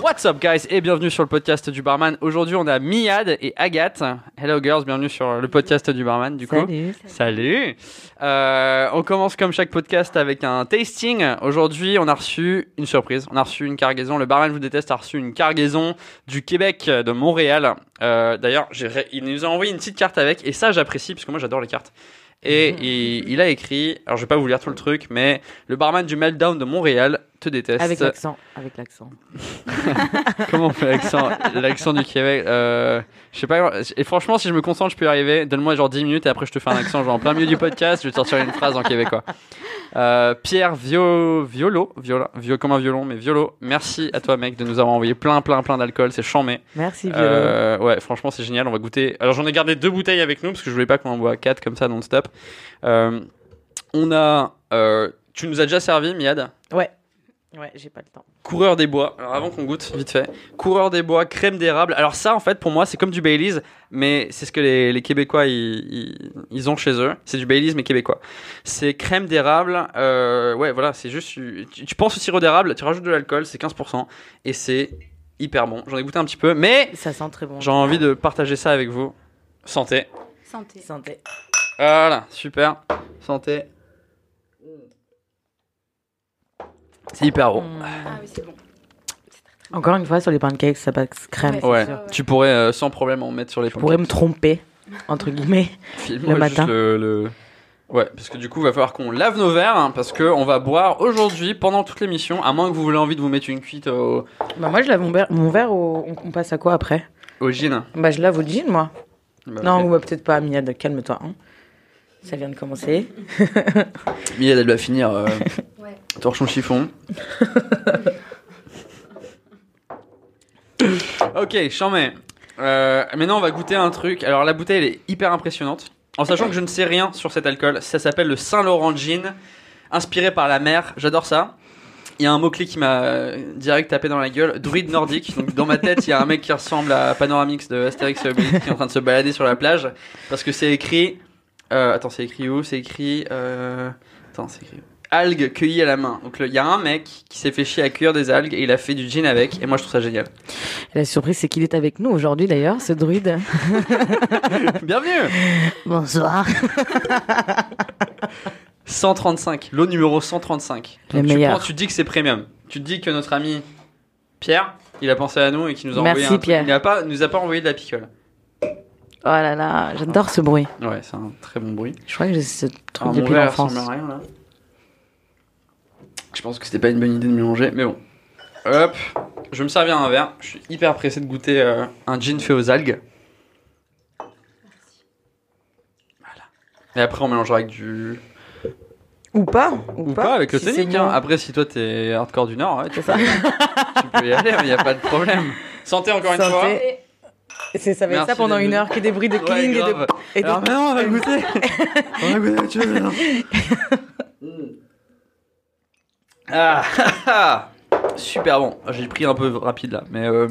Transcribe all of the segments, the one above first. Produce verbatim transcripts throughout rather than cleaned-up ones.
What's up guys et bienvenue sur le podcast du barman. Aujourd'hui on a Miyad et Agathe. Hello girls, bienvenue sur le podcast du barman du coup. Salut. Salut. Euh, on commence comme chaque podcast avec un tasting. Aujourd'hui on a reçu une surprise, on a reçu une cargaison. Le barman je vous déteste a reçu une cargaison du Québec, de Montréal. Euh, d'ailleurs j'ai ré... il nous a envoyé une petite carte avec et ça j'apprécie parce que moi j'adore les cartes. Et il, il a écrit, alors je vais pas vous lire tout le truc, mais le barman du Meltdown de Montréal te déteste. Avec l'accent, avec l'accent. Comment on fait l'accent, l'accent du Québec euh, Je sais pas. Et franchement, si je me concentre, je peux y arriver. Donne-moi genre dix minutes et après je te fais un accent genre en plein milieu du podcast. Je vais te sortir une phrase en québécois. Euh, Pierre Vio, Violo, Viola, Vio comme un violon, mais Violo. Merci à toi mec de nous avoir envoyé plein, plein, plein d'alcool. C'est chambé. Merci Violo. Euh, ouais, franchement c'est génial. On va goûter. Alors j'en ai gardé deux bouteilles avec nous parce que je voulais pas qu'on en boit quatre comme ça non-stop. Euh, on a. Euh, tu nous as déjà servi, Miyad ? Ouais. Ouais, j'ai pas le temps. Coureur des bois. Alors avant qu'on goûte, vite fait. Coureur des bois, crème d'érable. Alors ça, en fait, pour moi, c'est comme du Baileys, mais c'est ce que les, les Québécois ils, ils, ils ont chez eux. C'est du Baileys mais québécois. C'est crème d'érable. Euh, ouais, voilà, c'est juste. Tu, tu penses au sirop d'érable, tu rajoutes de l'alcool, c'est quinze pour cent et c'est hyper bon. J'en ai goûté un petit peu, mais ça sent très bon. J'ai envie de partager ça avec vous. Santé. Santé. Santé. Voilà, super. Santé. C'est hyper bon. Mmh. Ah oui, c'est bon. Encore une fois, sur les pancakes, ça passe crème. Ouais. Ouais, sûr, ouais. tu pourrais euh, sans problème en mettre sur les Je pourrais me tromper, entre guillemets. File-moi le juste matin. Le, le... Ouais, parce que du coup, il va falloir qu'on lave nos verres, hein, parce qu'on va boire aujourd'hui, pendant toute l'émission, à moins que vous ayez envie de vous mettre une cuite au, Bah moi, je lave mon verre, mon verre au... on, on passe à quoi après ? au gin. Bah je lave au gin, moi. Bah, non, ok. ou bah, peut-être pas, Miyad, calme-toi. Hein. Ça vient de commencer. Miyad, elle va finir euh, Ouais. torchon chiffon. Ok, chambé. Euh, maintenant, on va goûter un truc. Alors, la bouteille, elle est hyper impressionnante. En sachant que je ne sais rien sur cet alcool. Ça s'appelle le Saint-Laurent Gin, inspiré par la mer. J'adore ça. Il y a un mot-clé qui m'a euh, direct tapé dans la gueule. Druide nordique. Donc, dans ma tête, il y a un mec qui ressemble à Panoramix de Astérix et Obélix qui est en train de se balader sur la plage. Parce que c'est écrit... Euh, attends, c'est écrit où ? C'est écrit... Euh... Attends, c'est écrit où ? Algues cueillies à la main. Donc, il y a un mec qui s'est fait chier à cueillir des algues et il a fait du gin avec. Et moi, je trouve ça génial. Et la surprise, c'est qu'il est avec nous aujourd'hui, d'ailleurs, ce druide. Bienvenue. Bonsoir. cent trente-cinq, lot numéro cent trente-cinq. Le Donc, tu, meilleur. prends, tu te dis que c'est premium. Tu te dis que notre ami Pierre, il a pensé à nous et qu'il nous a Merci, envoyé un Pierre. truc. Il n'a pas, nous a pas envoyé de la picole. Oh là là, j'adore ce bruit. Ouais, c'est un très bon bruit. Je crois que j'ai ce truc Alors, mon depuis verre l'enfance. ressemble à rien là. Je pense que c'était pas une bonne idée de mélanger, mais bon. Hop, je vais me servir un verre. Je suis hyper pressé de goûter euh, un gin fait aux algues. Voilà. Et après, on mélangera avec du. Ou pas. Ou, Ou pas, avec le si tonic. c'est Hein. bon. Après, si toi t'es hardcore du Nord, ouais, tu, C'est peux, ça. tu peux y aller, il n'y a pas de problème. Santé encore une fois. Santé. Et c'est- ça va être Merci ça pendant d'être une heure, venu. que des bruits de Ouais, cling et grave. de... Et de... Alors maintenant, on va goûter. On va goûter autre chose, maintenant. Ah, ah, ah. Super bon. J'ai pris un peu rapide là, mais euh,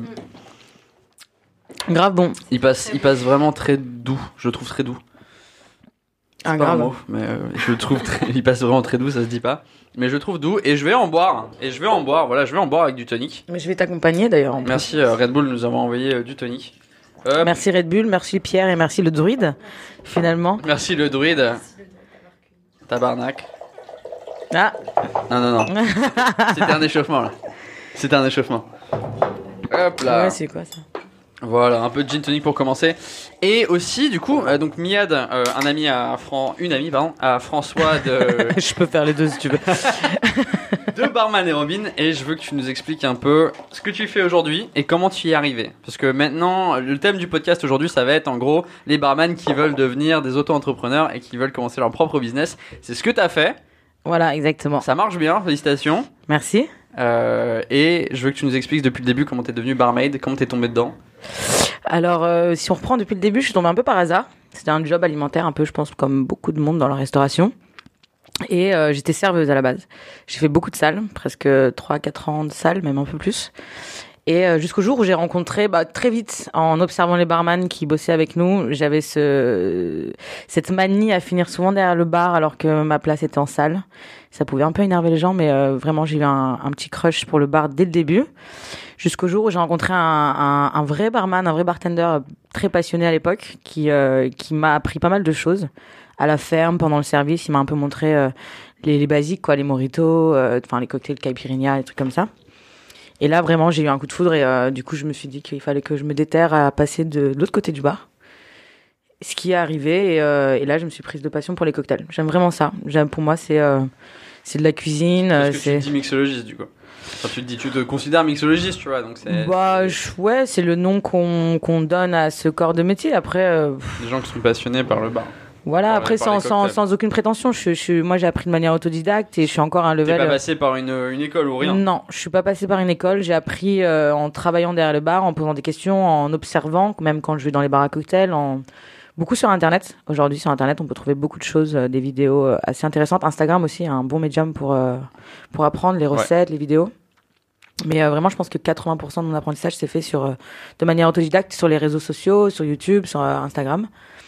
Grave bon. il passe, il passe vraiment très doux. Je le trouve très doux. Un C'est pas un grave. mot, mais euh, je le trouve très, il passe vraiment très doux, ça se dit pas. Mais je le trouve doux et je vais en boire. Et je vais en boire. Voilà, je vais en boire avec du tonic. Mais je vais t'accompagner d'ailleurs. en plus. Merci euh, Red Bull de nous avoir envoyé euh, du tonic. Hop. Merci Red Bull, merci Pierre et merci le druide, finalement. Merci le druide. Tabarnak. Ah, Non, non, non. C'était un échauffement là. C'était un échauffement. Hop là. ouais, c'est quoi ça? Voilà, un peu de gin tonic pour commencer. Et aussi, du coup, euh, donc Miyad, euh, un ami à Fran... une amie, pardon, à François de, Je peux faire les deux si tu veux. de Barman et Robin. Et je veux que tu nous expliques un peu ce que tu fais aujourd'hui et comment tu y es arrivé. Parce que maintenant, le thème du podcast aujourd'hui, ça va être en gros les barman qui veulent devenir des auto-entrepreneurs et qui veulent commencer leur propre business. C'est ce que tu as fait. Voilà, exactement. Ça marche bien, félicitations. Merci. Euh, et je veux que tu nous expliques depuis le début comment t'es devenu barmaid, comment t'es tombé dedans. Alors, euh, si on reprend depuis le début, je suis tombée un peu par hasard. C'était un job alimentaire, un peu, je pense, comme beaucoup de monde dans la restauration. Et euh, j'étais serveuse à la base. J'ai fait beaucoup de salles, presque trois à quatre ans de salles, même un peu plus. Et euh, jusqu'au jour où j'ai rencontré, bah, très vite, en observant les barman qui bossaient avec nous, j'avais ce cette manie à finir souvent derrière le bar alors que ma place était en salle. Ça pouvait un peu énerver les gens, mais euh, vraiment j'ai eu un, un petit crush pour le bar dès le début. Jusqu'au jour où j'ai rencontré un, un, un vrai barman, un vrai bartender très passionné à l'époque, qui euh, qui m'a appris pas mal de choses à la ferme pendant le service. Il m'a un peu montré euh, les, les basiques, quoi, les mojitos, enfin euh, les cocktails caipirinha, des trucs comme ça. Et là, vraiment, j'ai eu un coup de foudre et euh, du coup, je me suis dit qu'il fallait que je me déterre à passer de, de l'autre côté du bar. Ce qui est arrivé et, euh, et là, je me suis prise de passion pour les cocktails. J'aime vraiment ça. J'aime, pour moi, c'est euh, c'est de la cuisine. Parce que c'est... tu te dis mixologiste, du coup. Enfin, tu te dis, tu te considères mixologiste, tu vois. Donc c'est. Bah, c'est... je, ouais, c'est le nom qu'on qu'on donne à ce corps de métier. Après, euh, des gens qui sont passionnés par le bar. Voilà, par après les, par sans, sans, sans aucune prétention, je, je, moi j'ai appris de manière autodidacte et je suis encore à un level. T'es pas passé par une, une école ou rien? Non, je suis pas passé par une école. J'ai appris euh, en travaillant derrière le bar, en posant des questions, en observant, même quand je vais dans les bars à cocktails, en beaucoup sur Internet. Aujourd'hui sur Internet, on peut trouver beaucoup de choses, euh, des vidéos euh, assez intéressantes. Instagram aussi, un bon médium pour euh, pour apprendre les recettes, ouais. les vidéos. Mais euh, vraiment, je pense que quatre-vingts pour cent de mon apprentissage s'est fait sur euh, de manière autodidacte sur les réseaux sociaux, sur YouTube, sur euh, Instagram.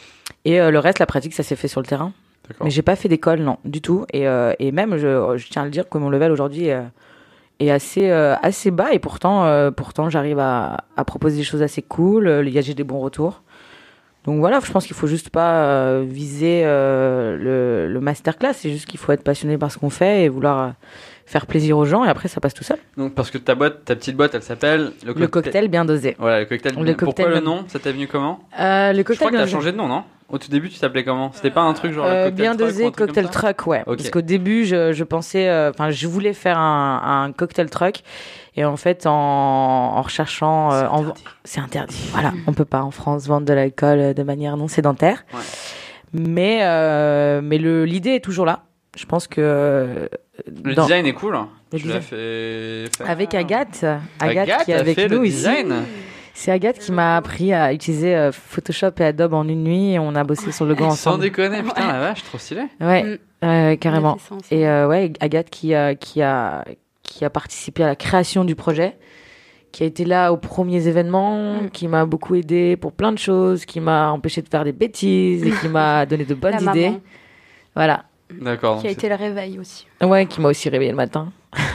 Et euh, le reste, la pratique, ça s'est fait sur le terrain. D'accord. Mais j'ai pas fait d'école, non, du tout. Et, euh, et même, je, je tiens à le dire, que mon level aujourd'hui est, est assez, euh, assez bas. Et pourtant, euh, pourtant j'arrive à, à proposer des choses assez cool. Il y a j'ai des bons retours. Donc voilà, je pense qu'il faut juste pas euh, viser euh, le, le masterclass. C'est juste qu'il faut être passionné par ce qu'on fait et vouloir euh, faire plaisir aux gens. Et après, ça passe tout seul. Donc, parce que ta boîte, ta petite boîte, elle s'appelle le, co- le cocktail bien dosé. Voilà, le cocktail. Le bien... cocktail Pourquoi bien... le nom? Ça t'est venu comment? euh, Le cocktail. Je crois que t'as changé de nom, non? Au tout début, tu t'appelais comment? C'était pas un truc genre euh, le cocktail bien truck dosé cocktail truck, ouais. Okay. Parce qu'au début, je, je pensais, enfin, euh, je voulais faire un, un cocktail truck, et en fait, en, en recherchant, c'est, euh, en... interdit. c'est interdit. Voilà, on peut pas en France vendre de l'alcool de manière non sédentaire. Ouais. Mais euh, mais le l'idée est toujours là. Je pense que le dans... design est cool. Le tu design. l'as fait, fait... avec Agathe, Agathe, Agathe qui est avec fait nous le ici. Design. C'est Agathe qui m'a appris à utiliser euh, Photoshop et Adobe en une nuit et on a bossé sur le logo ensemble. Sans déconner, putain, la vache, trop stylé. Ouais, mm. euh, carrément. Et euh, ouais, Agathe qui a, qui a, qui a participé à la création du projet, qui a été là aux premiers événements, mm. qui m'a beaucoup aidé pour plein de choses, qui m'a empêché de faire des bêtises et qui m'a donné de bonnes la idées. Maman. Voilà. D'accord. Qui a c'est... été le réveil aussi. Ouais, qui m'a aussi réveillé le matin.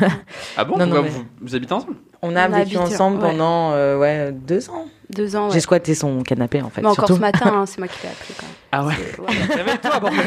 Ah bon? Non, non, mais... vous, vous habitez ensemble? On a on vécu habite, ensemble ouais. pendant euh, ouais, deux ans. Deux ans, ouais. J'ai squatté son canapé, en fait. Mais encore surtout. ce matin, hein, c'est moi qui l'ai appelé quand même. Ah ouais, ouais. Réveille-toi, bordel.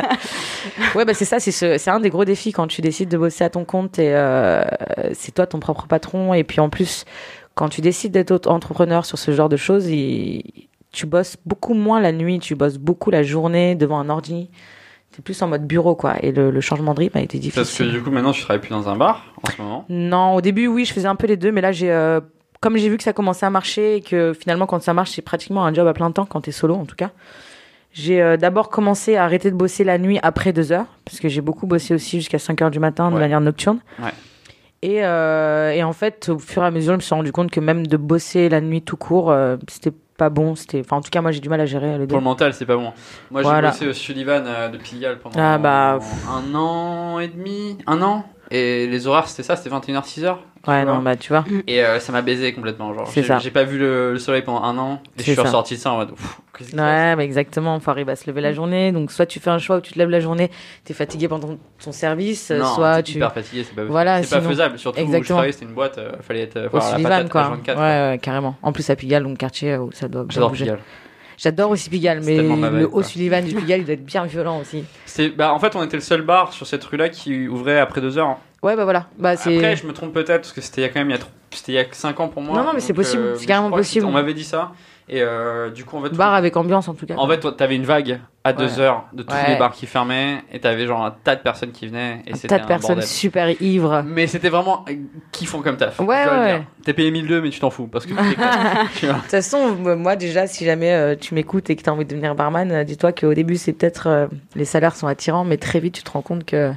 Ouais, bah c'est ça, c'est, ce, c'est un des gros défis quand tu décides de bosser à ton compte et euh, c'est toi ton propre patron. Et puis en plus, quand tu décides d'être entrepreneur sur ce genre de choses, il, tu bosses beaucoup moins la nuit, tu bosses beaucoup la journée devant un ordi. C'est plus en mode bureau, quoi. Et le, le changement de rythme a été difficile. Parce que du coup, maintenant, tu travailles plus dans un bar, en ce moment? Non, au début, oui, je faisais un peu les deux. Mais là, j'ai, euh, comme j'ai vu que ça commençait à marcher et que finalement, quand ça marche, c'est pratiquement un job à plein temps, quand t'es solo, en tout cas. J'ai euh, d'abord commencé à arrêter de bosser la nuit après deux heures. Parce que j'ai beaucoup bossé aussi jusqu'à cinq heures du matin, de ouais. manière nocturne. Ouais. Et, euh, et en fait, au fur et à mesure, je me suis rendu compte que même de bosser la nuit tout court, euh, c'était pas bon. C'était, enfin, en tout cas, moi, j'ai du mal à gérer le deux. Pour le mental, c'est pas bon. Moi, voilà. j'ai bossé au Sullivan euh, de Pigalle pendant ah, bah, un an et demi, un an. Et les horaires, c'était ça, c'était vingt et une heures, six heures. Ouais, non, bah, tu vois. Et euh, ça m'a baisé complètement. Genre, c'est j'ai, ça. j'ai pas vu le, le soleil pendant un an. Et c'est je suis ça. ressorti de ça en mode. Pff, qu'est-ce ouais, mais exactement. Faut arriver à se lever la journée. Donc, soit tu fais un choix où tu te lèves la journée, t'es fatigué pendant ton service. Non, soit t'es tu. hyper fatigué, c'est pas, voilà, c'est pas sinon... faisable. Surtout exactement. où je travaillais, c'était une boîte, euh, fallait être. Au Enfin, Sullivan, la patate, quoi. H vingt-quatre, ouais, quoi. ouais, carrément. En plus, à Pigalle, donc quartier où ça doit. J'adore bouger. Pigalle. J'adore aussi Pigalle, mais vibe, le quoi. haut Sullivan du Pigalle, il doit être bien violent aussi. C'est, bah, en fait, on était le seul bar sur cette rue-là qui ouvrait après deux heures. Hein. Ouais, bah voilà. Bah, c'est... Après, je me trompe peut-être, parce que c'était il y a quand même il y a, c'était il y a cinq ans pour moi. Non, non, mais c'est possible, euh, c'est carrément possible. On m'avait dit ça. Et euh, du coup, en fait. Bar tout... avec ambiance en tout cas. En fait, toi, t'avais une vague à deux ouais. heures de tous ouais. les bars qui fermaient. Et t'avais genre un tas de personnes qui venaient. Et un c'était tas de un personnes bordel. super ivres. Mais c'était vraiment kiffant comme taf. Ouais, je dois ouais. le dire. T'es payé mille deux, mais tu t'en fous. Parce que tu tu vois. De toute façon, moi déjà, si jamais euh, tu m'écoutes et que t'as envie de devenir barman, euh, dis-toi qu'au début, c'est peut-être. Euh, les salaires sont attirants, mais très vite, tu te rends compte que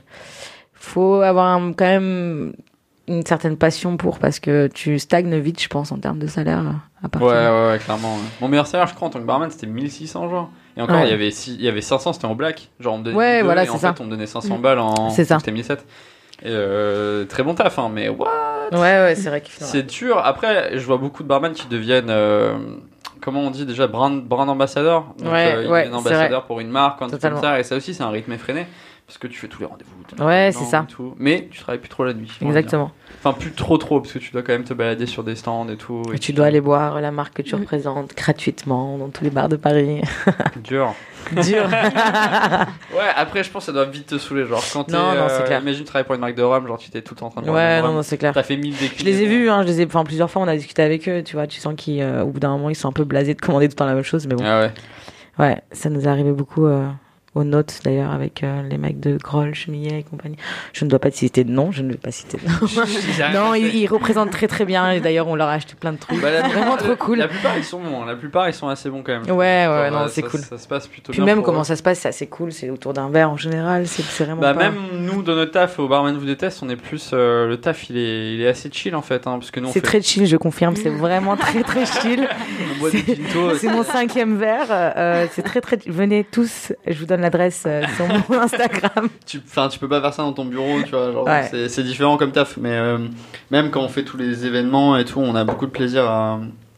faut avoir un, quand même une certaine passion pour, parce que tu stagnes vite, je pense, en termes de salaire. À partir ouais, ouais, ouais, clairement. Ouais. Mon meilleur salaire, je crois, en tant que barman, c'était mille six cents, genre. Et encore, il ouais. y avait six, il y avait cinq cents, c'était en black. Genre, on me donnait ouais, deux, voilà, et c'est en ça. fait, on me donnait cinq cents balles en. C'est ça. C'était mille sept. Et euh, très bon taf, hein, mais what? what? Ouais, ouais, c'est vrai qu'il fait. C'est dur. Après, je vois beaucoup de barman qui deviennent, euh, comment on dit déjà, brand, brand ambassadeur. Donc, Ouais, euh, ils ouais, deviennent c'est vrai. ambassadeur pour une marque, un truc comme Totalement. ça. Et ça aussi, c'est un rythme effréné. Parce que tu fais tous les rendez-vous. t'es Ouais, dedans c'est ça. et tout. Mais tu travailles plus trop la nuit. on va dire. Exactement. Enfin, plus trop trop, parce que tu dois quand même te balader sur des stands et tout. Et tu dois aller boire la marque que tu représentes gratuitement dans tous les bars de Paris. Dur. Dur. Ouais, après, je pense que ça doit vite te saouler. Genre, quand t'es. Non, non, c'est euh, clair. Imagine, tu travailles pour une marque de rhum, genre, tu t'es tout le temps en train de boire Ouais, du non, rhum. non, c'est clair. T'as fait mille Je déclinaisons. les ai vus, hein, je les ai, enfin plusieurs fois on a discuté avec eux, tu vois, tu sens qu'au euh, bout d'un moment ils sont un peu blasés de commander tout le temps la même chose, mais bon. Ah ouais. Ouais, ça nous est arrivé beaucoup euh, aux notes d'ailleurs avec euh, les mecs de Grolsch, Millet et compagnie. Je ne dois pas citer de nom, je ne vais pas citer de nom. Non, ils, ils représentent très très bien et d'ailleurs on leur a acheté plein de trucs. Bah, la- Vraiment trop cool. La plupart ils sont bons, la plupart ils sont assez bons quand même. Ouais, ouais, Genre, non, euh, c'est ça- cool. Ça se passe plutôt Puis bien. même pour comment eux. ça se passe, c'est assez cool, c'est autour d'un verre en général, c'est c'est vraiment Bah pas... même nous dans notre taf au Barman vous déteste, on est plus euh, le taf il est il est assez chill en fait hein, parce que nous on C'est fait très chill, je confirme, c'est vraiment très très chill. on boit des ginto, C'est mon cinquième verre, euh, c'est très très... Venez tous, je vous donne l'adresse euh, sur mon Instagram. tu enfin tu peux pas faire ça dans ton bureau, tu vois, genre Ouais. c'est c'est différent comme taf mais euh, même quand on fait tous les événements et tout, on a beaucoup de plaisir à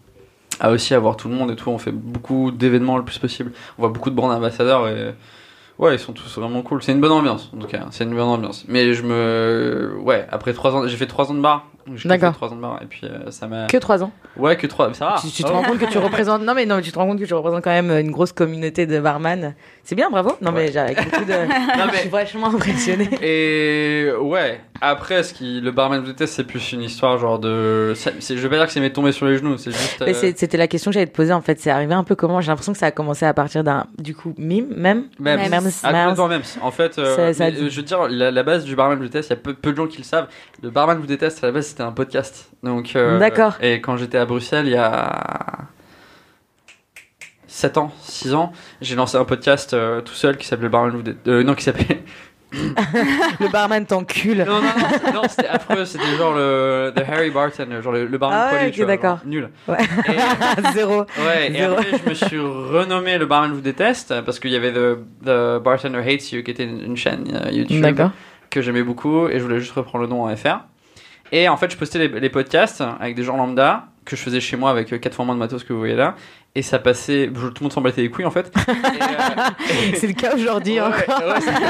à aussi avoir tout le monde et tout, on fait beaucoup d'événements le plus possible. On voit beaucoup de brand ambassadeurs et ouais, ils sont tous vraiment cool. C'est une bonne ambiance, en tout cas. C'est une bonne ambiance. Mais je me, ouais, après trois ans, j'ai fait trois ans de bar. J'ai D'accord. fait trois ans de bar et puis euh, ça m'a. Que trois ans. Ouais, que trois. Ça va. Tu, tu te Ah rends ouais. compte que tu représentes non mais non mais tu te rends compte que tu représentes quand même une grosse communauté de barman. C'est bien, bravo. Non mais Ouais. j'ai avec beaucoup de Non, je mais- suis vachement impressionnée. Et ouais, après, ce qui, le barman vous déteste, c'est plus une histoire genre de. c'est- c'est- je vais pas dire que c'est m'être tombé sur les genoux, c'est juste. Mais euh, c'est- c'était la question que j'allais te poser en fait, c'est arrivé un peu comment, j'ai l'impression que ça a commencé à partir d'un du coup mime même Mems. Mems, Ah, Mems. complètement Mems. En fait, euh, Ça- ça a mais, dit- euh, je veux dire, la, la base du Barman vous déteste, il y a peu, peu de gens qui le savent. Le Barman vous déteste, à la base, c'était un podcast. Donc, euh, D'accord. Et quand j'étais à Bruxelles, il y a sept ans, six ans, j'ai lancé un podcast euh, tout seul qui s'appelait Barman vous déteste. Euh, non, qui s'appelait. Le barman t'encule. Non, non, non, non, c'était affreux. C'était genre le The Harry Bartender, genre le, le barman Ah ouais, poilu, ok, tu vois, d'accord. genre nul. Ouais. Et- Zéro. Ouais, et Zéro. après je me suis renommé le Barman vous déteste parce qu'il y avait The, The Bartender Hates You qui était une, une chaîne euh, YouTube D'accord. que j'aimais beaucoup et je voulais juste reprendre le nom en F R. Et en fait, je postais les, les podcasts avec des gens lambda que je faisais chez moi avec euh, quatre fois moins de matos que vous voyez là. Et ça passait, tout le monde s'en battait les couilles en fait. Et, euh, et- C'est le cas aujourd'hui Ouais, encore. ouais, c'est-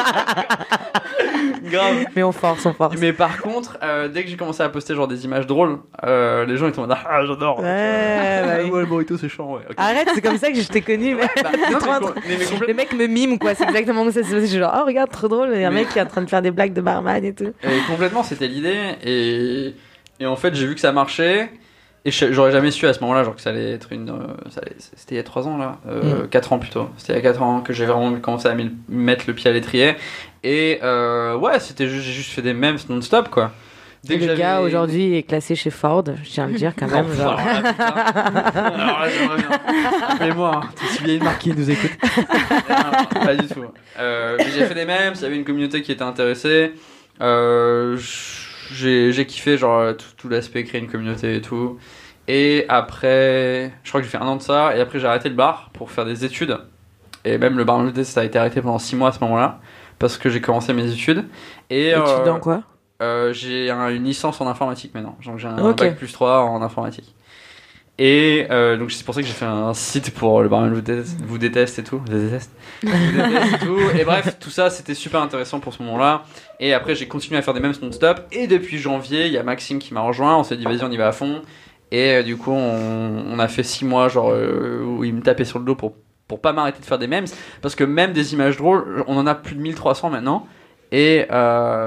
Grave. Mais on force, on force. Mais par contre, euh, dès que j'ai commencé à poster genre des images drôles, euh, les gens ils étaient en mode ah j'adore. Ouais, bah oui. ouais, le burrito c'est chiant, ouais. ok. Arrête, c'est comme ça que je t'ai connu. Mais... Bah, C'est non, trop mais, un com- truc. mais, mais complètement- Le mec me mime quoi, c'est exactement comme ça. C'est c'est genre, oh regarde, trop drôle. Il y a un Mais- mec qui est en train de faire des blagues de barman et tout. Et complètement, c'était l'idée. Et, et en fait, j'ai vu que ça marchait. Et je- j'aurais jamais su à ce moment-là, genre que ça allait être une. euh, ça allait- c'était il y a trois ans là, euh, Mm. quatre ans plutôt. C'était il y a quatre ans que j'ai vraiment commencé à m'y- mettre le pied à l'étrier. Et euh, ouais, c'était juste, j'ai juste fait des memes non-stop quoi. Et le j'avais- gars aujourd'hui est classé chez Ford, je tiens à le dire quand même. Oh, genre. alors là, putain. Alors là, j'aimerais bien. Appelez-moi, hein. S'il y a une marque qui nous écoute. Non, pas du tout. Euh, mais j'ai fait des memes, il y avait une communauté qui était intéressée. Euh, j'ai, j'ai kiffé genre tout, tout l'aspect créer une communauté et tout. Et après, je crois que j'ai fait un an de ça. Et après, j'ai arrêté le bar pour faire des études. Et même le bar en ça a été arrêté pendant six mois à ce moment-là. Parce que j'ai commencé mes études. Et, Et tu euh, dans quoi? euh, j'ai un- une licence en informatique maintenant. Donc j'ai un Ok. bac plus trois en informatique. Et euh, donc c'est pour ça que j'ai fait un site pour le barman vous déteste, vous déteste et tout. Vous déteste. Vous déteste et tout. Et bref, tout ça c'était super intéressant pour ce moment-là. Et après j'ai continué à faire des memes non-stop. Et depuis janvier, il y a Maxime qui m'a rejoint. On s'est dit vas-y on y va à fond. Et euh, du coup on, on a fait six mois genre euh, où il me tapait sur le dos pour, pour pas m'arrêter de faire des memes. Parce que même des images drôles, on en a plus de mille trois cents maintenant. Et euh,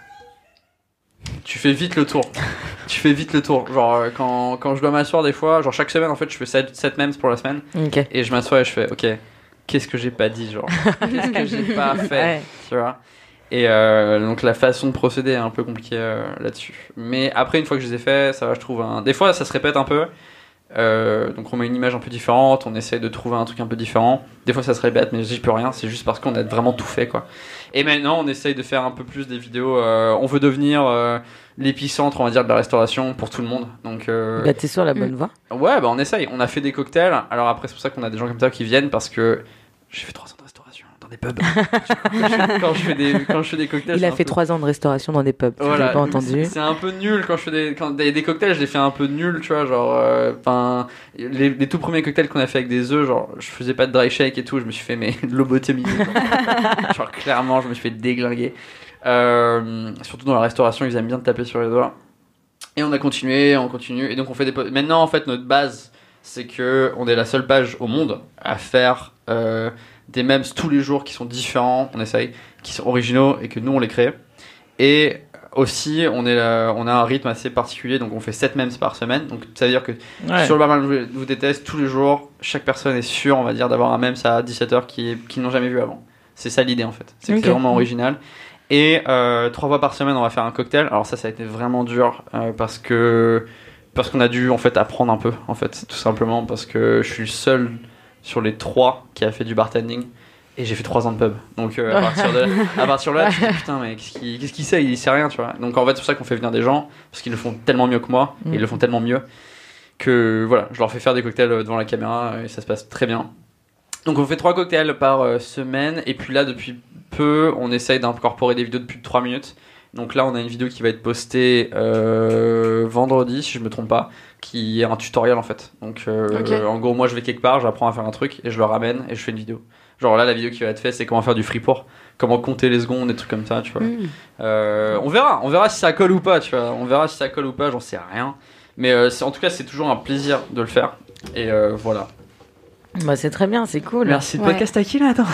tu fais vite le tour. Tu fais vite le tour. Genre, euh, quand, quand je dois m'asseoir des fois, genre chaque semaine en fait, je fais sept memes pour la semaine. Ok. Et je m'assois et je fais, ok, qu'est-ce que j'ai pas dit, genre Qu'est-ce que j'ai pas fait, Ouais. tu vois. Et euh, donc la façon de procéder est un peu compliquée euh, là-dessus. Mais après, une fois que je les ai fait, ça va, je trouve un. Des fois, ça se répète un peu. Euh, donc on met une image un peu différente, on essaie de trouver un truc un peu différent. Des fois ça se répète, mais j'y peux rien, c'est juste parce qu'on a vraiment tout fait quoi. Et maintenant on essaye de faire un peu plus des vidéos. Euh, on veut devenir euh, l'épicentre, on va dire, de la restauration pour tout le monde. Donc euh, Bah t'es sur la bonne voie. ouais, bah on essaye. On a fait des cocktails. Alors après c'est pour ça qu'on a des gens comme ça qui viennent parce que j'ai fait trois ans de restauration. T'en des pubs. quand, je fais des, quand je fais des cocktails. Il a fait peu... trois ans de restauration dans des pubs. Voilà, tu l'as pas entendu. C'est un peu nul quand je fais des, quand des, des cocktails, je les fais un peu nuls, tu vois. Genre, enfin, euh, les, les tout premiers cocktails qu'on a fait avec des œufs, genre, je faisais pas de dry shake et tout, je me suis fait mais lobotomiser. genre. genre, clairement, je me suis fait déglinguer. Euh, surtout dans la restauration, ils aiment bien te taper sur les doigts. Et on a continué, on continue. Et donc, on fait des. Maintenant, en fait, notre base, c'est que on est la seule page au monde à faire. Euh, des memes tous les jours qui sont différents, on essaye, qui sont originaux et que nous on les crée. Et aussi, on, est là, on a un rythme assez particulier, donc on fait sept memes par semaine. Donc ça veut dire que ouais. sur le Barman je vous déteste, tous les jours, chaque personne est sûre, on va dire, d'avoir un meme à dix-sept heures qu'ils qui n'ont jamais vu avant. C'est ça l'idée en fait, c'est okay. que c'est vraiment original. Et euh, trois fois par semaine, on va faire un cocktail. Alors ça, ça a été vraiment dur euh, parce que parce qu'on a dû en fait apprendre un peu, en fait, tout simplement parce que je suis le seul sur les trois qui a fait du bartending et j'ai fait trois ans de pub, donc euh, à partir de là, à partir de là tu te dis putain mais qu'est-ce qu'il, qu'est-ce qu'il sait, il sait rien, tu vois. Donc en fait c'est pour ça qu'on fait venir des gens parce qu'ils le font tellement mieux que moi et ils le font tellement mieux que voilà, je leur fais faire des cocktails devant la caméra et ça se passe très bien. Donc on fait trois cocktails par euh, semaine et puis là depuis peu on essaye d'incorporer des vidéos de plus de trois minutes. Donc là on a une vidéo qui va être postée euh, vendredi si je me trompe pas, qui est un tutoriel en fait. Donc euh, okay. en gros moi je vais quelque part, j'apprends à faire un truc et je le ramène et je fais une vidéo. Genre là la vidéo qui va être faite c'est comment faire du free pour, comment compter les secondes, des trucs comme ça, tu vois. Mm. Euh, on verra, on verra si ça colle ou pas, tu vois. On verra si ça colle ou pas, j'en sais rien. Mais euh, c'est, en tout cas c'est toujours un plaisir de le faire et euh, voilà. Bah c'est très bien, c'est cool. Merci. Le ouais. podcast à qui là, attends.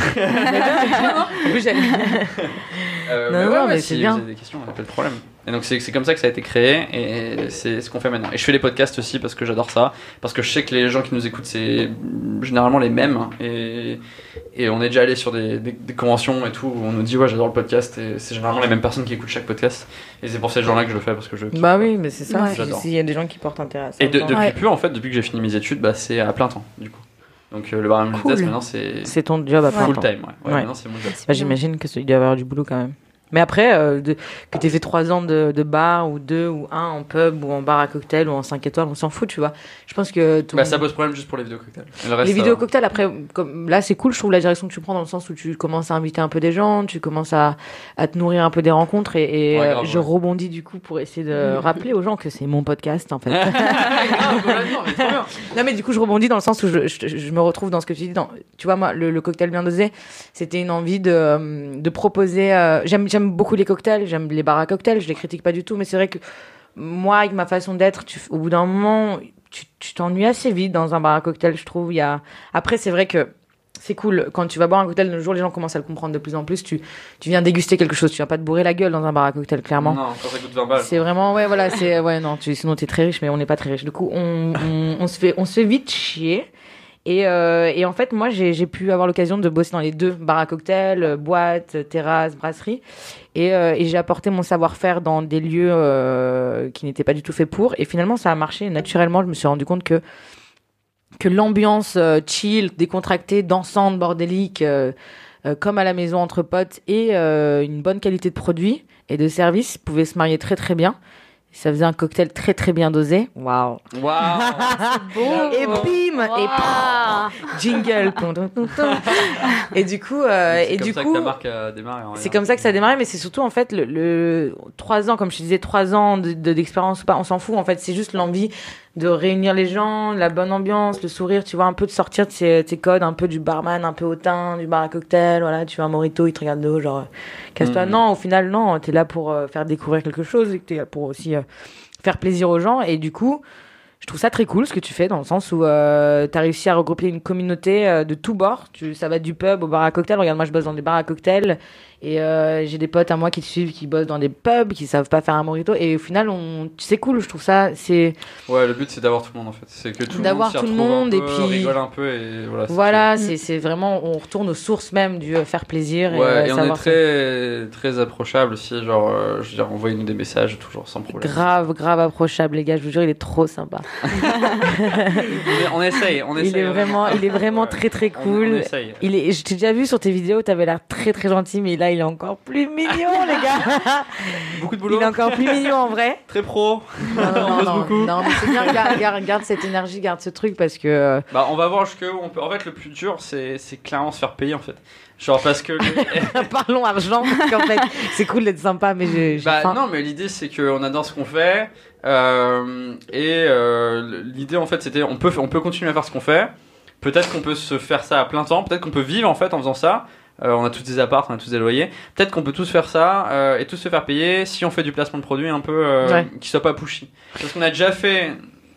En plus j'allais. Euh, non, mais ouais, non, ouais, mais si c'est bien. Vous avez des questions, on n'a pas de problème. Et donc c'est, c'est comme ça que ça a été créé et c'est ce qu'on fait maintenant. Et je fais les podcasts aussi parce que j'adore ça, parce que je sais que les gens qui nous écoutent c'est généralement les mêmes et, et on est déjà allé sur des, des, des conventions et tout où on nous dit ouais j'adore le podcast et c'est généralement les mêmes personnes qui écoutent chaque podcast et c'est pour ces gens-là que je le fais parce que je kiffe. Bah oui mais c'est ça, ouais. S'il y a des gens qui portent intérêt à ça. Et de, depuis ouais. peu en fait, depuis que j'ai fini mes études, bah c'est à plein temps du coup. Donc euh, le barman cool. Test maintenant c'est c'est ton job à plein full temps. Full time ouais. Ouais, ouais. Maintenant c'est mon job. Bah, j'imagine que il doit y avoir du boulot quand même. Mais après, euh, de, que t'aies fait trois ans de, de bar, ou deux, ou un en pub, ou en bar à cocktail, ou en cinq étoiles, on s'en fout, tu vois. Je pense que... Ton... Bah, ça pose problème juste pour les vidéos cocktails. Les vidéos euh... cocktails, après, comme, là, c'est cool, je trouve la direction que tu prends dans le sens où tu commences à inviter un peu des gens, tu commences à, à te nourrir un peu des rencontres, et, et ouais, grave, euh, je ouais. rebondis du coup pour essayer de rappeler aux gens que c'est mon podcast, en fait. grave, mais trop bien. Non, mais du coup, je rebondis dans le sens où je, je, je me retrouve dans ce que tu dis. Dans, tu vois, moi, le, le cocktail bien dosé, c'était une envie de, de proposer... Euh, j'aime, j'aime beaucoup les cocktails. J'aime les bars à cocktails, je les critique pas du tout, mais c'est vrai que moi, avec ma façon d'être, tu, au bout d'un moment, tu, tu t'ennuies assez vite dans un bar à cocktail, je trouve. Il y a... Après, c'est vrai que c'est cool. Quand tu vas boire un cocktail, de nos jours, les gens commencent à le comprendre de plus en plus. Tu, tu viens déguster quelque chose, tu viens pas te bourrer la gueule dans un bar à cocktail, clairement. Non, quand ça coûte vingt balles. C'est vraiment, ouais, voilà, c'est, ouais, non, tu, sinon t'es très riche, mais on n'est pas très riche. Du coup, on, on, on se fait, on se fait vite chier. Et, euh, et en fait, moi, j'ai, j'ai pu avoir l'occasion de bosser dans les deux, bar à cocktail, boîte, terrasse, brasserie. Et, euh, et j'ai apporté mon savoir-faire dans des lieux euh, qui n'étaient pas du tout faits pour. Et finalement, ça a marché naturellement. Je me suis rendu compte que, que l'ambiance euh, chill, décontractée, dansante, bordélique, euh, euh, comme à la maison entre potes, et euh, une bonne qualité de produit et de service pouvaient se marier très très bien. Ça faisait un cocktail très très bien dosé. Waouh. Waouh. C'est beau. Et bim. Wow. Et pff, jingle. Et du coup, euh, c'est et comme du ça coup, que ta marque a démarré. C'est comme ça que ça a démarré, mais c'est surtout en fait le, le trois ans, comme je te disais, trois ans de, de d'expérience ou pas, on s'en fout. En fait, c'est juste l'envie de réunir les gens, la bonne ambiance, le sourire, tu vois, un peu de sortir de tes, tes codes, un peu du barman, un peu hautain, du bar à cocktail, voilà, tu vois un mojito, il te regarde de haut, genre, casse-toi. Mmh. Non, au final, non, t'es là pour euh, faire découvrir quelque chose et que t'es là pour aussi euh, faire plaisir aux gens. Et du coup, je trouve ça très cool ce que tu fais, dans le sens où euh, t'as réussi à regrouper une communauté euh, de tous bords. Tu, ça va du pub au bar à cocktail. Regarde, moi, je bosse dans des bars à cocktail. Et euh, j'ai des potes à moi qui te suivent, qui bossent dans des pubs, qui savent pas faire un mojito. Et au final, on, c'est cool, je trouve ça. C'est... Ouais, le but, c'est d'avoir tout le monde, en fait. C'est que tout d'avoir le monde, tout le monde un et peu, puis rigole un peu. Et voilà, c'est, voilà c'est, c'est vraiment, on retourne aux sources même du faire plaisir. Ouais, et, euh, et on est très, très approchable aussi. Genre, euh, je veux dire, envoyez-nous des messages, toujours sans problème. Grave, grave approchable, les gars. Je vous jure, il est trop sympa. Mais on essaye, on essaye. Il est vraiment, il est vraiment Ouais. très très On- cool. On, essaye. Il est, je t'ai déjà vu sur tes vidéos, t'avais l'air très très gentil, mais là il est encore plus mignon, les gars. Beaucoup de boulot. Il est encore plus mignon en vrai. Très pro. Non, non, On bosse non, beaucoup. non, mais c'est bien, garde, garde, garde cette énergie, garde ce truc parce que. euh, Bah, on va voir jusqu'où on peut. En fait, le plus dur, c'est, c'est clairement se faire payer en fait. Genre parce que. le- Parlons argent, parce qu'en fait, c'est cool d'être sympa, mais j'ai, j'ai Bah faim. non, mais l'idée c'est qu'on adore ce qu'on fait euh, et euh, l'idée en fait c'était on peut on peut continuer à faire ce qu'on fait. Peut-être qu'on peut se faire ça à plein temps. Peut-être qu'on peut vivre en fait en faisant ça. Euh, on a tous des apparts, on a tous des loyers. Peut-être qu'on peut tous faire ça euh, et tous se faire payer si on fait du placement de produits un peu euh, Ouais. qui soit pas pushy. Parce qu'on a déjà fait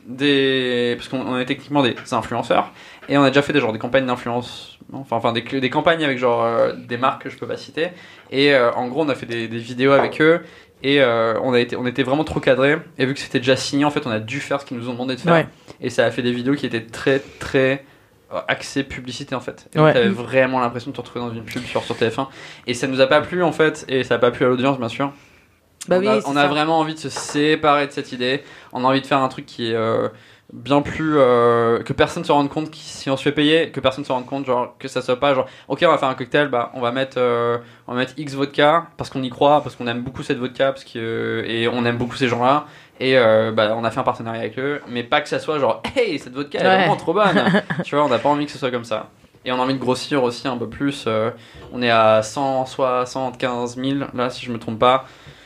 des parce qu'on on est techniquement des influenceurs et on a déjà fait des genre des campagnes d'influence enfin enfin des, des campagnes avec genre euh, des marques que je peux pas citer et euh, en gros on a fait des, des vidéos avec eux et euh, on a été on était vraiment trop cadrés et vu que c'était déjà signé en fait on a dû faire ce qu'ils nous ont demandé de faire Ouais. et ça a fait des vidéos qui étaient très très euh, axées publicité en fait et donc Ouais. t'avais vraiment l'impression de te retrouver dans une pub sur, sur T F un et ça nous a pas plu en fait et ça a pas plu à l'audience bien sûr. Bah on oui, a, c'est on a ça. vraiment envie de se séparer de cette idée. On a envie de faire un truc qui est euh, bien plus euh, que personne se rende compte qui, si on se fait payer, que personne se rende compte, genre que ça soit pas genre ok on va faire un cocktail, bah on va mettre euh, on va mettre X vodka parce qu'on y croit, parce qu'on aime beaucoup cette vodka, parce que euh, et on aime beaucoup ces gens-là. Et euh, bah, on a fait un partenariat avec eux, mais pas que ça soit genre hey cette vodka elle est Ouais. vraiment trop bonne. Tu vois, on n'a pas envie que ce soit comme ça. Et on a envie de grossir aussi un peu plus. euh, on est à cent soixante-quinze mille là si je me trompe pas.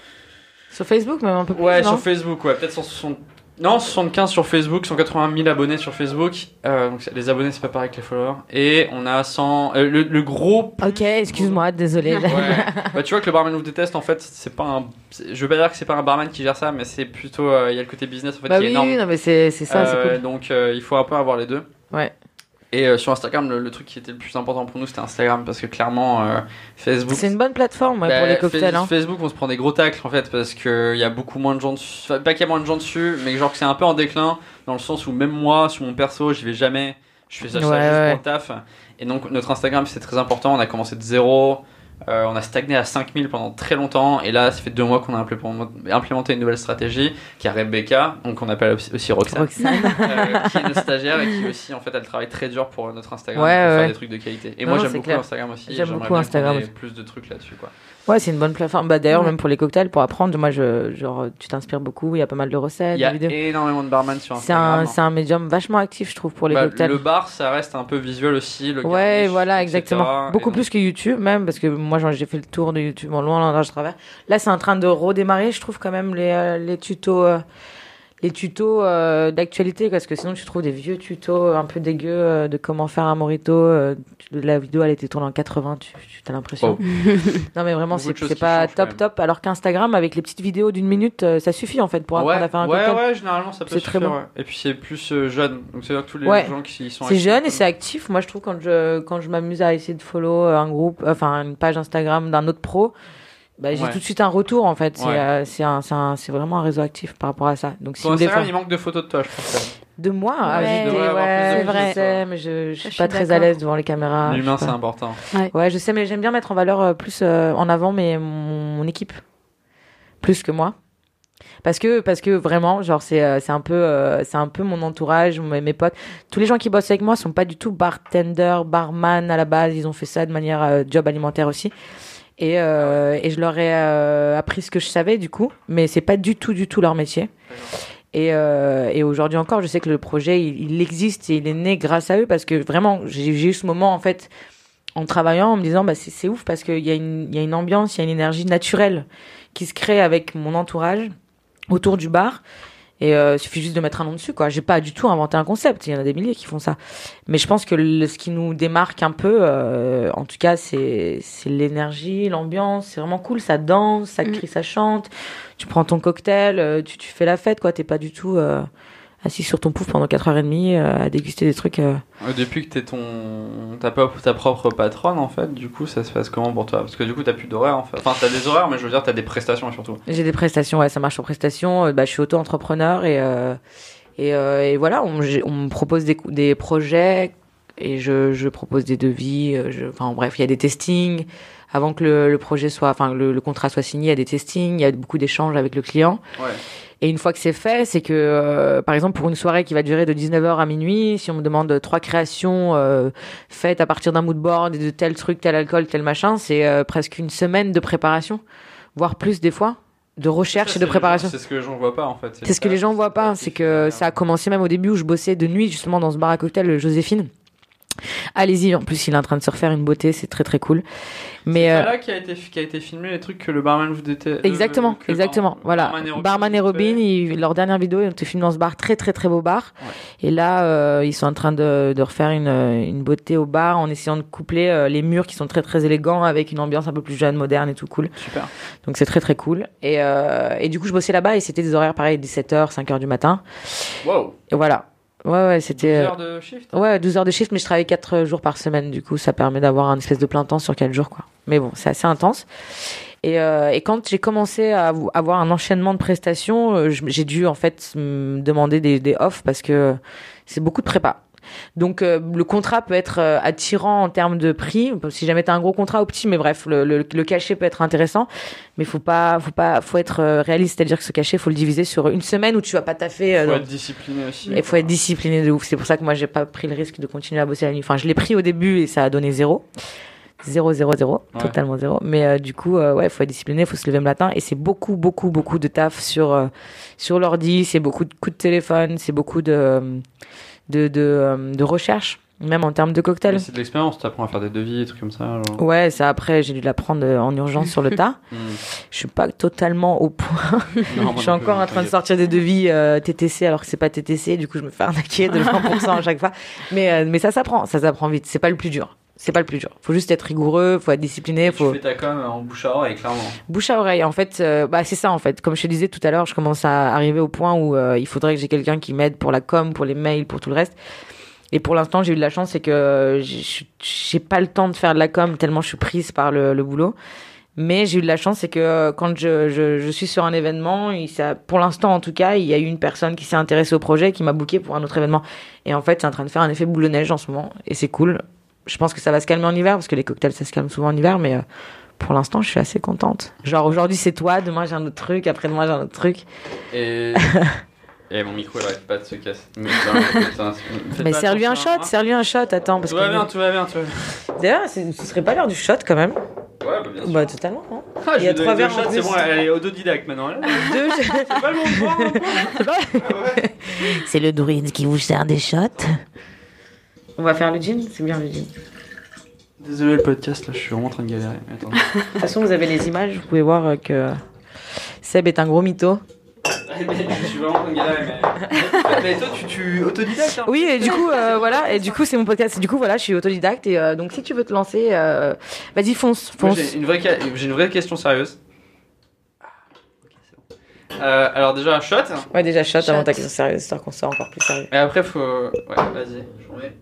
Sur Facebook, même un peu plus. Ouais, non sur Facebook, ouais, peut-être cent soixante. Non, soixante-quinze sur Facebook, cent quatre-vingt mille abonnés sur Facebook. Euh, donc les abonnés, c'est pas pareil que les followers. Et on a cent. euh, le, le gros. Ok, excuse-moi, désolé. Ouais. Bah, tu vois que le barman vous déteste, en fait, c'est pas un. c'est- Je veux pas dire que c'est pas un barman qui gère ça, mais c'est plutôt. euh, Il y a le côté business en fait Bah qui est oui, énorme. oui, non, mais c'est, c'est ça, c'est Euh, cool. Donc euh, il faut un peu avoir les deux. Ouais. Et euh, sur Instagram, le, le truc qui était le plus important pour nous, c'était Instagram, parce que clairement, euh, Facebook. C'est une bonne plateforme ouais, Bah, pour les cocktails. Fa- Hein. Facebook, on se prend des gros tacles en fait parce qu'il y a beaucoup moins de gens dessus. Enfin, pas qu'il y a moins de gens dessus, mais genre que c'est un peu en déclin dans le sens où même moi, sur mon perso, j'y vais jamais. Je fais ça, ça Ouais, juste ouais. pour le taf. Et donc notre Instagram, c'est très important. On a commencé de zéro. Euh, on a stagné à cinq mille pendant très longtemps. Et là, ça fait deux mois qu'on a implémenté implémenté une nouvelle stratégie qui a Rebecca, donc on appelle aussi Roxane, Roxane. euh, qui est notre stagiaire et qui aussi, en fait, elle travaille très dur pour notre Instagram Ouais, pour ouais. faire des trucs de qualité. Et Non, moi, non, j'aime c'est beaucoup clair. Instagram aussi. J'aime J'aimerais beaucoup bien Instagram qu'on ait aussi. plus de trucs là-dessus, quoi. Ouais, c'est une bonne plateforme. Bah, d'ailleurs, Ouais. même pour les cocktails, pour apprendre, moi, je, genre, tu t'inspires beaucoup. Il y a pas mal de recettes, Il y a de vidéos. énormément de barman sur C'est Instagram. un, c'est un médium vachement actif, je trouve, pour les Bah, cocktails. le bar, ça reste un peu visuel aussi. Le Ouais, garnish, voilà, et cetera. exactement. Beaucoup Et donc- plus que YouTube, même, parce que moi, genre, j'ai fait le tour de YouTube en loin, en large, travers. Là, c'est en train de redémarrer, je trouve, quand même, les, euh, les tutos, euh, les tutos euh, d'actualité, parce que sinon, tu trouves des vieux tutos un peu dégueux euh, de comment faire un mojito. euh, la vidéo, elle était tournée en quatre-vingts, tu, tu as l'impression. Oh. Non, mais vraiment, Beaucoup c'est de choses c'est qui pas changent, quand top, même. top. Alors qu'Instagram, avec les petites vidéos d'une minute, euh, ça suffit, en fait, pour apprendre ouais, à faire un ouais, cocktail. ouais, généralement ça peut C'est très suffire, bon. ouais. Et puis c'est plus euh, jeune, donc c'est-à-dire que tous les Ouais. gens qui y sont C'est actifs, jeune et comme- c'est actif. Moi, je trouve quand je quand je m'amuse à essayer de follow un groupe, enfin une page Instagram d'un autre pro, bah, j'ai Ouais. tout de suite un retour en fait. C'est Ouais. euh, c'est un, c'est un- c'est vraiment un réseau actif par rapport à ça. Donc si Sur vous voulez Instagram, faire il manque de photos de toi, je pense. de moi, ah, Ouais, j'étais- il devrait y avoir plus de ouais, photos de je toi. sais, mais je, je Je suis suis pas très à d'accord. l'aise devant les caméras. je L'humain, sais c'est pas. important. Ouais, je sais, mais j'aime bien mettre en valeur euh, plus euh, en avant mais mon, mon équipe plus que moi. Parce que parce que vraiment genre c'est euh, c'est un peu euh, c'est un peu mon entourage, mes, mes potes, tous les gens qui bossent avec moi sont pas du tout bartender, barman à la base, ils ont fait ça de manière euh, job alimentaire aussi. Et euh, et je leur ai euh, appris ce que je savais du coup, mais c'est pas du tout du tout leur métier. Et, euh, et aujourd'hui encore, je sais que le projet, il, il existe et il est né grâce à eux parce que vraiment, j'ai, j'ai eu ce moment en fait en travaillant, en me disant bah c'est, c'est ouf parce qu'il y a une il y a une ambiance, il y a une énergie naturelle qui se crée avec mon entourage autour du bar. Et euh, il suffit juste de mettre un nom dessus, quoi. J'ai pas du tout inventé un concept. Il y en a des milliers qui font ça. Mais je pense que le, ce qui nous démarque un peu, euh, en tout cas, c'est, c'est l'énergie, l'ambiance. C'est vraiment cool. Ça danse, ça crie, ça chante. Tu prends ton cocktail, euh, tu, tu fais la fête, quoi. T'es pas du tout euh, assis sur ton pouf pendant quatre heures trente euh, à déguster des trucs. Euh... Euh, Depuis que t'es ton ta, pop- ta propre patronne en fait, du coup ça se passe comment pour toi? Parce que du coup t'as plus d'horaires en fait. Enfin t'as des horaires mais je veux dire t'as des prestations surtout. J'ai des prestations, ouais, ça marche en prestations. Euh, Bah, je suis auto-entrepreneur et euh, et, euh, et voilà, on, j'ai- on me propose des, cou- des projets et je, je propose des devis. euh, je- Enfin bref, il y a des testings avant que le, le projet soit, enfin le, le contrat soit signé. Il y a des testings, il y a beaucoup d'échanges avec le client. Ouais. Et une fois que c'est fait, c'est que, euh, par exemple, pour une soirée qui va durer de dix-neuf heures à minuit, si on me demande trois créations euh, faites à partir d'un mood board et de tel truc, tel alcool, tel machin, c'est euh, presque une semaine de préparation, voire plus des fois, de recherche Ça, et de c'est préparation. les gens- C'est ce que les gens voient pas en fait. C'est ce que les gens voient pas, c'est que ça a commencé même au début où je bossais de nuit justement dans ce bar à cocktail, le Joséphine. Allez-y, en plus il est en train de se refaire une beauté, c'est très très cool. Mais C'est euh, pas là qui a été qui a été filmé les trucs que le barman vous déteste. exactement, exactement. Voilà, Barman et Robin, ils- leur dernière vidéo, ils ont été filmés dans ce bar, très très très beau bar. Ouais. Et là, euh, ils sont en train de, de refaire une, une beauté au bar en essayant de coupler euh, les murs qui sont très très élégants avec une ambiance un peu plus jeune, moderne et tout cool. Super. Donc c'est très très cool. Et, euh, et du coup, je bossais là-bas et c'était des horaires pareils, dix-sept heures, cinq heures du matin. Wow. Et voilà. Ouais, ouais, c'était. douze heures de shift. Ouais, douze heures de shift, mais je travaille quatre jours par semaine. Du coup, ça permet d'avoir un espèce de plein temps sur quatre jours, quoi. Mais bon, c'est assez intense. Et, euh, et quand j'ai commencé à av- avoir un enchaînement de prestations, euh, je- j'ai dû, en fait, me demander des, des offs parce que c'est beaucoup de prépa. Donc, euh, le contrat peut être euh, attirant en termes de prix. Si jamais t'as un gros contrat ou petit, mais bref, le, le, le cachet peut être intéressant. Mais faut pas, faut pas, faut être euh, réaliste. C'est-à-dire que ce cachet, faut le diviser sur une semaine où tu vas pas taffer. euh, Faut dans- être discipliné aussi. Il faut être discipliné de ouf. C'est pour ça que moi, j'ai pas pris le risque de continuer à bosser la nuit. Enfin, je l'ai pris au début et ça a donné zéro. Zéro, zéro, zéro. Ouais. Totalement zéro. Mais euh, du coup, euh, ouais, faut être discipliné, faut se lever le matin. Et c'est beaucoup, beaucoup, beaucoup de taf sur, euh, sur l'ordi. C'est beaucoup de coups de téléphone. C'est beaucoup de, de, de, euh, de recherche, même en termes de cocktails. Mais c'est de l'expérience, tu apprends à faire des devis, des trucs comme ça. Genre. Ouais, ça après, j'ai dû l'apprendre euh, en urgence sur le tas. Hmm. Je suis pas totalement au point. Non, moi Je suis non encore plus, en train de t'inquiète. sortir des devis euh, T T C alors que c'est pas T T C, du coup je me fais arnaquer de vingt pour cent à chaque fois. Mais euh, mais ça s'apprend, ça s'apprend vite. C'est pas le plus dur. C'est pas le plus dur. Faut juste être rigoureux, faut être discipliné, faut Tu fais ta com en bouche à oreille, clairement. bouche à oreille. En fait, euh, bah c'est ça en fait. Comme je te disais tout à l'heure, je commence à arriver au point où euh, il faudrait que j'ai quelqu'un qui m'aide pour la com, pour les mails, pour tout le reste. Et pour l'instant, j'ai eu de la chance, c'est que j'ai j'ai pas le temps de faire de la com tellement je suis prise par le, le boulot. Mais j'ai eu de la chance, c'est que euh, quand je, je, je suis sur un événement, il, ça, pour l'instant en tout cas, il y a eu une personne qui s'est intéressée au projet, qui m'a booké pour un autre événement. Et en fait, c'est en train de faire un effet boule de neige en ce moment, et c'est cool. Je pense que ça va se calmer en hiver, parce que les cocktails, ça se calme souvent en hiver, mais euh, pour l'instant, je suis assez contente. Genre aujourd'hui, c'est toi, demain j'ai un autre truc, après-demain j'ai un autre truc. Et. Et mon micro il arrête pas de se casser. Mais, ben, putain, faites Mais pas serre-lui un attention à shot, moi. serre-lui un shot, attends. Parce Tout va que... bien, tout va bien, tout va bien. D'ailleurs, c'est- ce serait pas l'heure du shot quand même. Ouais, bah bien sûr. Bah totalement. Hein. Ah, il y a je lui trois donne verres deux en shots, c'est plus. bon, elle est autodidacte maintenant. Là. Deux, C'est pas le moment de boire, hein. c'est pas- Ah ouais. C'est le druide qui vous sert des shots. On va faire le gin, c'est bien le gin. Désolé le podcast, là je suis vraiment en train de galérer. Mais attendez. De toute façon, vous avez les images, vous pouvez voir euh, que Seb est un gros mytho. Je suis vraiment en train de galérer. Mais, mais toi tu, tu autodidacte hein. Oui, et du coup, euh, voilà, et du coup, c'est mon podcast. Et du coup, voilà, je suis autodidacte. Et euh, donc, si tu veux te lancer, euh, vas-y, fonce, Moi, fonce. j'ai une vraie ca- j'ai une vraie question sérieuse. Ah, ok, c'est bon. Euh, alors déjà shot. Ouais, déjà, shot, Shot. avant ta question sérieuse, histoire qu'on soit encore plus sérieux. Et après faut. Ouais, vas-y. j'en mets.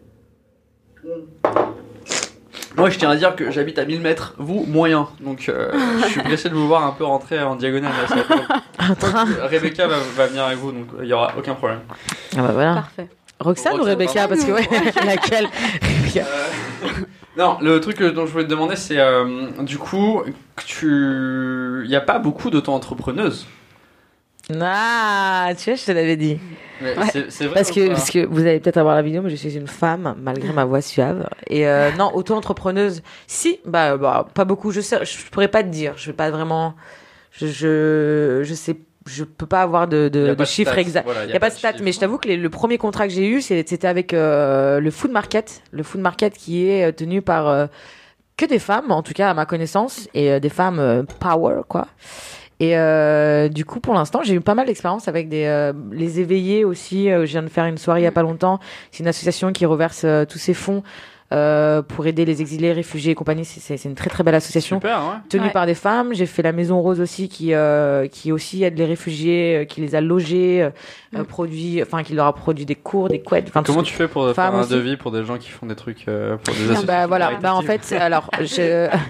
Moi je tiens à dire que j'habite à mille mètres, vous moyen. Donc euh, je suis pressé de vous voir un peu rentrer en diagonale. Là, ça va être- Un train. Rebecca va, va venir avec vous donc il y aura aucun problème. Ah bah voilà. Parfait. Roxane ou Roxane, Rebecca? Parce que, ouais, laquelle Rebecca. Euh, non, le truc dont je voulais te demander, c'est euh, du coup, que tu, il n'y a pas beaucoup d'auto-entrepreneuses. Ah, tu vois, je te l'avais dit. Mais Ouais. c'est, c'est vrai. Parce ou que, pas parce que vous allez peut-être avoir la vidéo, mais je suis une femme, malgré ma voix suave. Et euh, non, auto-entrepreneuse, si, bah, bah, pas beaucoup. Je sais, je pourrais pas te dire. Je vais pas vraiment. Je, je, je sais, je peux pas avoir de, Y a de, pas de de chiffres stats. exacts. Voilà, Il y a pas de stats, mais je t'avoue que les- le premier contrat que j'ai eu, c'est- c'était avec euh, le Food Market, le Food Market qui est euh, tenu par euh, que des femmes, en tout cas à ma connaissance, et euh, des femmes euh, power, quoi. Et euh, du coup, pour l'instant, j'ai eu pas mal d'expérience avec des euh, les éveillés aussi. Euh, je viens de faire une soirée il y a pas longtemps. C'est une association qui reverse euh, tous ses fonds euh, pour aider les exilés, réfugiés et compagnie. C'est, c'est, c'est une très très belle association Super, ouais. tenue Ouais. par des femmes. J'ai fait la Maison Rose aussi, qui euh, qui aussi aide les réfugiés, euh, qui les a logés, euh, euh, Mm. produit, enfin qui leur a produit des cours, des couettes. Enfin, tout Comment ce tu fais pour faire Femmes un aussi. devis pour des gens qui font des trucs euh, pour des Ah associations bah voilà, caritatives bah en fait, alors je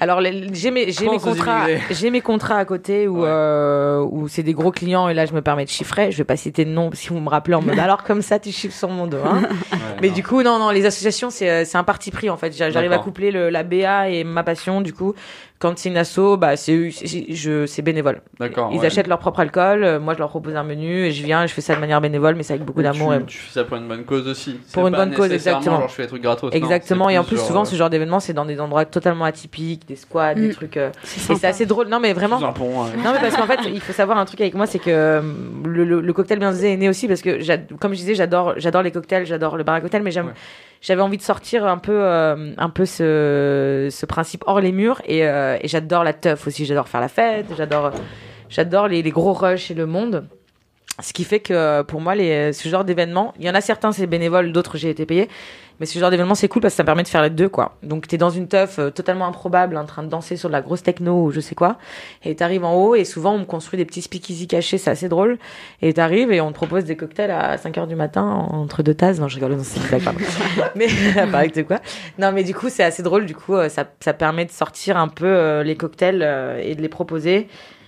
Alors, les- j'ai mes, j'ai mes Pense aux contrats, immigrés. j'ai mes contrats à côté où, Ouais. euh, où c'est des gros clients et là, je me permets de chiffrer. Je vais pas citer de nom si vous me rappelez en mode alors comme ça, tu chiffres sur mon dos, hein. Ouais, Mais non. du coup, non, non, les associations, c'est, euh, c'est un parti pris, en fait. J'a- J'arrive à D'accord. coupler le, la B A et ma passion, du coup. Quand c'est une asso, bah, c'est, eux- c'est, je, c'est bénévole. D'accord. Ils ouais. achètent leur propre alcool. euh, Moi, je leur propose un menu et je viens, je fais ça de manière bénévole, mais c'est avec beaucoup Et d'amour. tu, et... tu fais ça pour une bonne cause aussi. C'est Pour une pas bonne cause, nécessairement exactement. Genre, je fais des trucs gratos. non, Exactement, c'est et en plus, genre, souvent, euh, ce genre d'événement, c'est dans des endroits totalement atypiques, des squats, des Mm. trucs. euh, C'est Et c'est sympa. assez drôle. Non, mais vraiment. sous un pont, ouais. Non, mais parce qu'en fait, il faut savoir un truc avec moi, c'est que euh, le, le, le cocktail bien dosé est né aussi parce que, j'ad- comme je disais, j'adore, j'adore les cocktails, j'adore le bar à cocktail, mais j'aime, Ouais. j'avais envie de sortir un peu, euh, un peu ce, ce principe hors les murs et, euh, et j'adore la teuf aussi, j'adore faire la fête, j'adore, j'adore les, les gros rushs et le monde. Ce qui fait que pour moi, les, ce genre d'événement, il y en a certains c'est bénévole, d'autres j'ai été payé, mais ce genre d'événement c'est cool parce que ça me permet de faire les deux quoi. Donc t'es dans une teuf euh, totalement improbable en train de danser sur de la grosse techno ou je sais quoi, et t'arrives en haut et souvent on me construit des petits speakeasy cachés, c'est assez drôle. Et t'arrives et on te propose des cocktails à cinq heures du matin entre deux tasses. Non je rigole, non c'est une blague pardon. Mais pareil que quoi. Non mais du coup c'est assez drôle, du coup euh, ça, ça permet de sortir un peu euh, les cocktails euh, et de les proposer.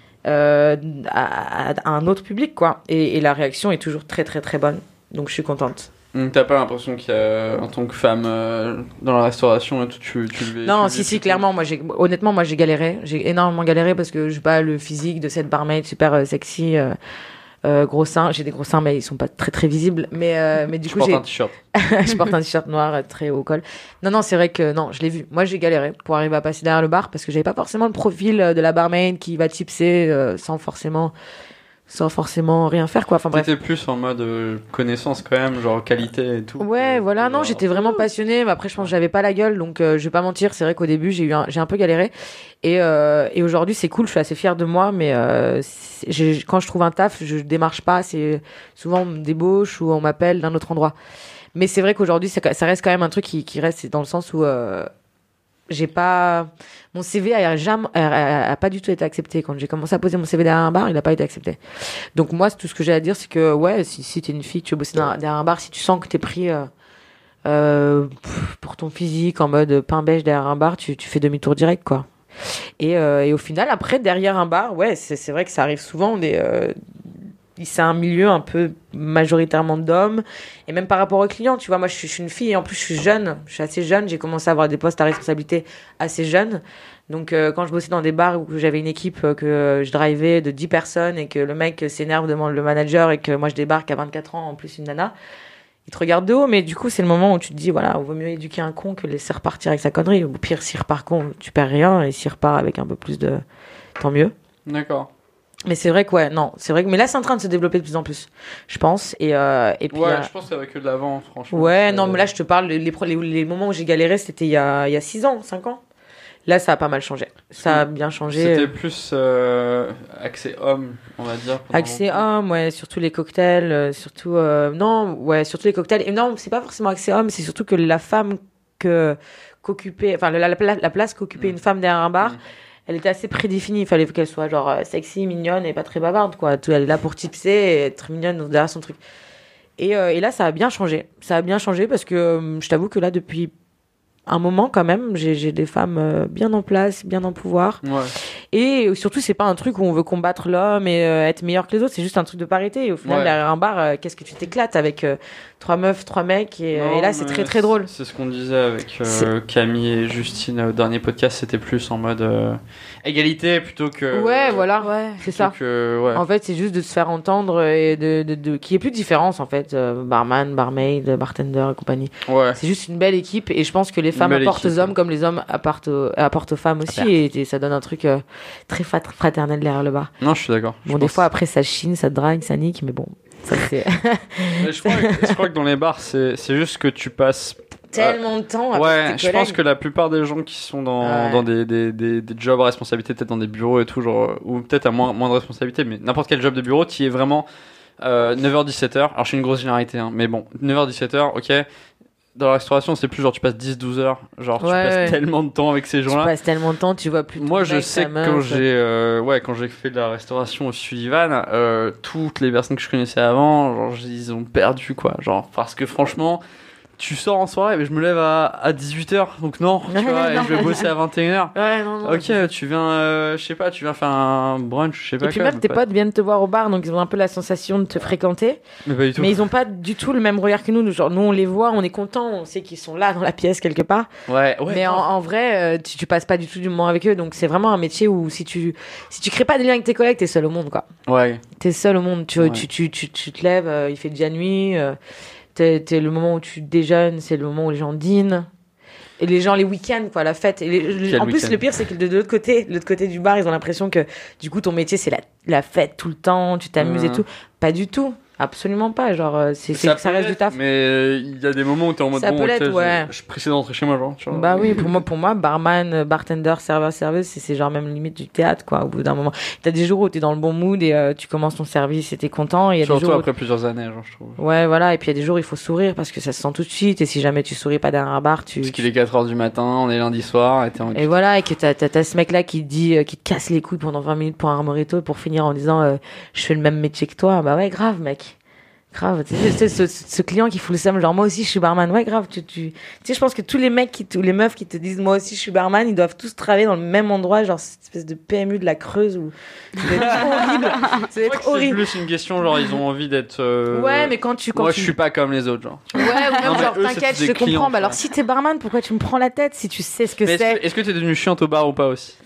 Euh, à, à- à un autre public quoi et, et la réaction est toujours très très très bonne donc je suis contente. Donc, t'as pas l'impression qu'il y a, en tant que femme euh, dans la restauration et tout, tu, tu le Non, tu si, le- si, tu- clairement, moi, j'ai, honnêtement, moi, j'ai galéré. J'ai énormément galéré parce que j'ai pas le physique de cette barmaid super euh, sexy, euh, euh, gros seins. J'ai des gros seins, mais ils sont pas très, très visibles. Mais, euh, mais du Je coup, porte j'ai, un t-shirt. je porte un t-shirt noir euh, très haut col. Non, non, c'est vrai que, non, je l'ai vu. Moi, j'ai galéré pour arriver à passer derrière le bar parce que j'avais pas forcément le profil euh, de la barmaid qui va tipser euh, sans forcément, sans forcément rien faire, quoi. Enfin, bref. T'étais plus en mode euh, connaissance quand même, genre qualité et tout. Ouais, Euh, voilà, non, genre- j'étais vraiment passionnée, mais après je pense que j'avais pas la gueule, donc euh, je vais pas mentir, c'est vrai qu'au début j'ai eu un, j'ai un peu galéré, et euh, et aujourd'hui c'est cool, je suis assez fière de moi, mais euh, c'est- j'ai- quand je trouve un taf, je démarche pas, c'est souvent on me débauche ou on m'appelle d'un autre endroit. Mais c'est vrai qu'aujourd'hui ça, ça reste quand même un truc qui, qui reste dans le sens où euh, j'ai pas mon C V a jamais a, a- a pas du tout été accepté quand j'ai commencé à poser mon C V derrière un bar, il a pas été accepté. Donc moi tout ce que j'ai à dire c'est que ouais, si si t'es une fille, tu veux bosser dans- derrière un bar, si tu sens que t'es pris euh, euh, pff, pour ton physique en mode pain beige derrière un bar, tu tu fais demi-tour direct quoi. Et euh, et au final après derrière un bar, ouais, c'est c'est vrai que ça arrive souvent des euh, c'est un milieu un peu majoritairement d'hommes et même par rapport aux clients, tu vois, moi je suis, je suis une fille et en plus je suis jeune, je suis assez jeune, j'ai commencé à avoir des postes à responsabilité assez jeunes. Donc euh, quand je bossais dans des bars où j'avais une équipe euh, que je drivais de dix personnes et que le mec s'énerve devant le manager et que moi je débarque à vingt-quatre ans en plus une nana, il te regarde de haut, mais du coup c'est le moment où tu te dis voilà, il vaut mieux éduquer un con que laisser repartir avec sa connerie. Au pire, s'il repart con, tu perds rien, et s'il repart avec un peu plus de, tant mieux. D'accord. Mais c'est vrai que ouais, non, c'est vrai que mais là c'est en train de se développer de plus en plus, je pense. Et euh, et puis Ouais, euh, je pense que ça va que de l'avant, franchement. ouais, C'est- non, mais là je te parle les, les, pro- les, les moments où j'ai galéré, c'était il y a il y a six ans, cinq ans. Là ça a pas mal changé, ça a bien changé. C'était plus euh, accès homme, on va dire. pendant Accès longtemps. homme, ouais, surtout les cocktails, euh, surtout euh, non, ouais, surtout les cocktails. Et non, c'est pas forcément accès homme, c'est surtout que la femme que qu'occupait, enfin la, la, la- la place qu'occupait Mm. une femme derrière un bar, Mm. elle était assez prédéfinie. Il fallait qu'elle soit genre euh, sexy, mignonne et pas très bavarde, quoi. Tout, elle est là pour tipser et être mignonne derrière son truc. Et, euh, et là, ça a bien changé. Ça a bien changé parce que euh, je t'avoue que là, depuis un moment quand même, j'ai j'ai des femmes euh, bien en place, bien en pouvoir. Ouais. Et surtout, c'est pas un truc où on veut combattre l'homme et euh, être meilleur que les autres. C'est juste un truc de parité. Et au final, Ouais. derrière un bar, euh, qu'est-ce que tu t'éclates avec euh, trois meufs, trois mecs. Et, euh, Non, et là, c'est mais très très drôle. C'est ce qu'on disait avec euh, C'est- Camille et Justine au dernier podcast. C'était plus en mode euh, égalité plutôt que. Ouais, voilà. Ouais. C'est plutôt ça. Que, ouais. En fait, c'est juste de se faire entendre et de, de, de qu'il n'y ait plus de différence, en fait. Euh, barman, barmaid, bartender et compagnie. Ouais. C'est juste une belle équipe et je pense que les femmes belle apportent équipe, aux hommes ouais. comme les hommes apportent aux, apportent aux femmes aussi et, et ça donne un truc euh, très fat- fraternel derrière le bar. Non, je suis d'accord. Je Bon, des pense- fois, après, ça chine, ça drague, ça nique, mais bon, ça c'est Mais je, crois que, je crois que dans les bars, c'est c'est juste que tu passes. tellement de temps avec Ouais, tes je pense collègues. que la plupart des gens qui sont dans, Ouais. dans des, des, des, des jobs à responsabilité, peut-être dans des bureaux et tout, genre, ou peut-être à moins, moins de responsabilité, mais n'importe quel job de bureau, tu es vraiment euh, neuf heures dix-sept heures. Alors, je suis une grosse généralité, hein, mais bon, neuf heures dix-sept heures, ok. Dans la restauration, c'est plus genre tu passes dix douze heures. Genre, tu Ouais, passes ouais. tellement de temps avec ces Tu gens-là. passes tellement de temps, tu vois plus ton Moi, je mec, sais ta que meuf. quand j'ai euh, ouais, quand j'ai fait de la restauration au Sullivan, euh, toutes les personnes que je connaissais avant, genre, ils ont perdu, quoi. Genre, parce que franchement, tu sors en soirée, mais je me lève à, à dix-huit heures, donc non, tu vois, et je vais bosser à vingt et une heures. Ouais, non, non. Ok, tu viens, euh, je sais pas, tu viens faire un brunch, je sais pas Et puis quoi, même tes mais potes viennent te voir au bar, donc ils ont un peu la sensation de te fréquenter. Mais pas du tout. Mais ils ont pas du tout le même regard que nous. Genre, nous, on les voit, on est contents, on sait qu'ils sont là dans la pièce quelque part. Ouais, ouais. Mais en, en vrai, euh, tu, tu passes pas du tout du moment avec eux. Donc c'est vraiment un métier où si tu, si tu crées pas des liens avec tes collègues, t'es seul au monde, quoi. Ouais. T'es seul au monde. Tu, Ouais. tu, tu, tu, tu te lèves, euh, il fait déjà nuit. Euh, t'es, t'es le moment où tu déjeunes, c'est le moment où les gens dînent. Et les gens, les week-ends, quoi, la fête. Et les- Quel en plus, week-end. le pire, c'est que de, de l'autre côté, de l'autre côté du bar, ils ont l'impression que, du coup, ton métier, c'est la, la fête tout le temps, tu t'amuses Ouais. et tout. Pas du tout. Absolument pas. Genre, euh, c'est, c'est, ça, peut reste du l'être, taf. Mais il y a des moments où t'es en mode Ça bon, peut ok, l'être, je- ouais. je suis pressé de rentrer chez moi, genre. Tu vois. Bah oui, pour moi, pour moi, barman, euh, bartender, serveur, serveuse, c'est, c'est genre même limite du théâtre, quoi. Au bout d'un moment, t'as des jours où t'es dans le bon mood et euh, tu commences ton service et t'es content. Et il y a Surtout des jours où- après plusieurs années, genre, je trouve. Ouais, voilà. Et puis il y a des jours où il faut sourire parce que ça se sent tout de suite. Et si jamais tu souris pas derrière un bar, tu. Parce qu'il est quatre heures du matin, on est lundi soir, et t'es en Et voilà, et que t'as, t'as, t'as ce mec-là qui te dit, euh, qui te casse les couilles pendant vingt minutes pour un morito pour finir en disant, euh, je fais le même métier que toi. Bah ouais, grave, mec. Grave. Tu sais, tu sais, ce, ce client qui fout le seum, genre, moi aussi, je suis barman. Ouais, grave. Tu, tu, tu sais, je pense que tous les mecs qui, tous les meufs qui te disent, moi aussi, je suis barman, ils doivent tous travailler dans le même endroit, genre, cette espèce de P M U de la Creuse où, ça doit être horrible. Ça doit Je crois être que c'est horrible. plus une question, genre, ils ont envie d'être. euh, Ouais, mais quand tu, quand Moi, tu... je suis pas comme les autres, genre. Ouais, ou même Non, mais genre, eux, c'est t'inquiète, tous je des te comprends. clients, Bah tu alors, vois. si t'es barman, pourquoi tu me prends la tête si tu sais ce que Mais c'est? est-ce que, est-ce que t'es devenu chiante au bar ou pas aussi?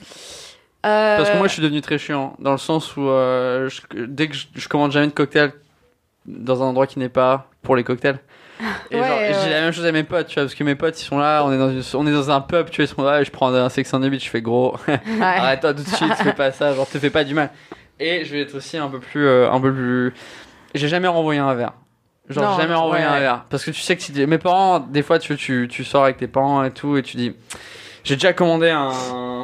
Euh, Parce que moi, je suis devenu très chiant, dans le sens où euh, je- dès que je, je commande jamais de cocktail dans un endroit qui n'est pas pour les cocktails. Et Ouais, genre, et je dis ouais. la même chose à mes potes, tu vois, parce que mes potes, ils sont là, on est dans, une, on est dans un pub, tu vois, ils sont là, et je prends un Sex and the Beach, je fais gros, Ouais. arrête-toi tout de suite, fais pas ça, genre, te fais pas du mal. Et je vais être aussi un peu plus, euh, un peu plus, j'ai jamais renvoyé un verre. Genre, Non, jamais non, renvoyé ouais, un ouais. verre. Parce que tu sais que si t'es- mes parents, des fois, tu, tu, tu sors avec tes parents et tout, et tu dis, j'ai déjà commandé un,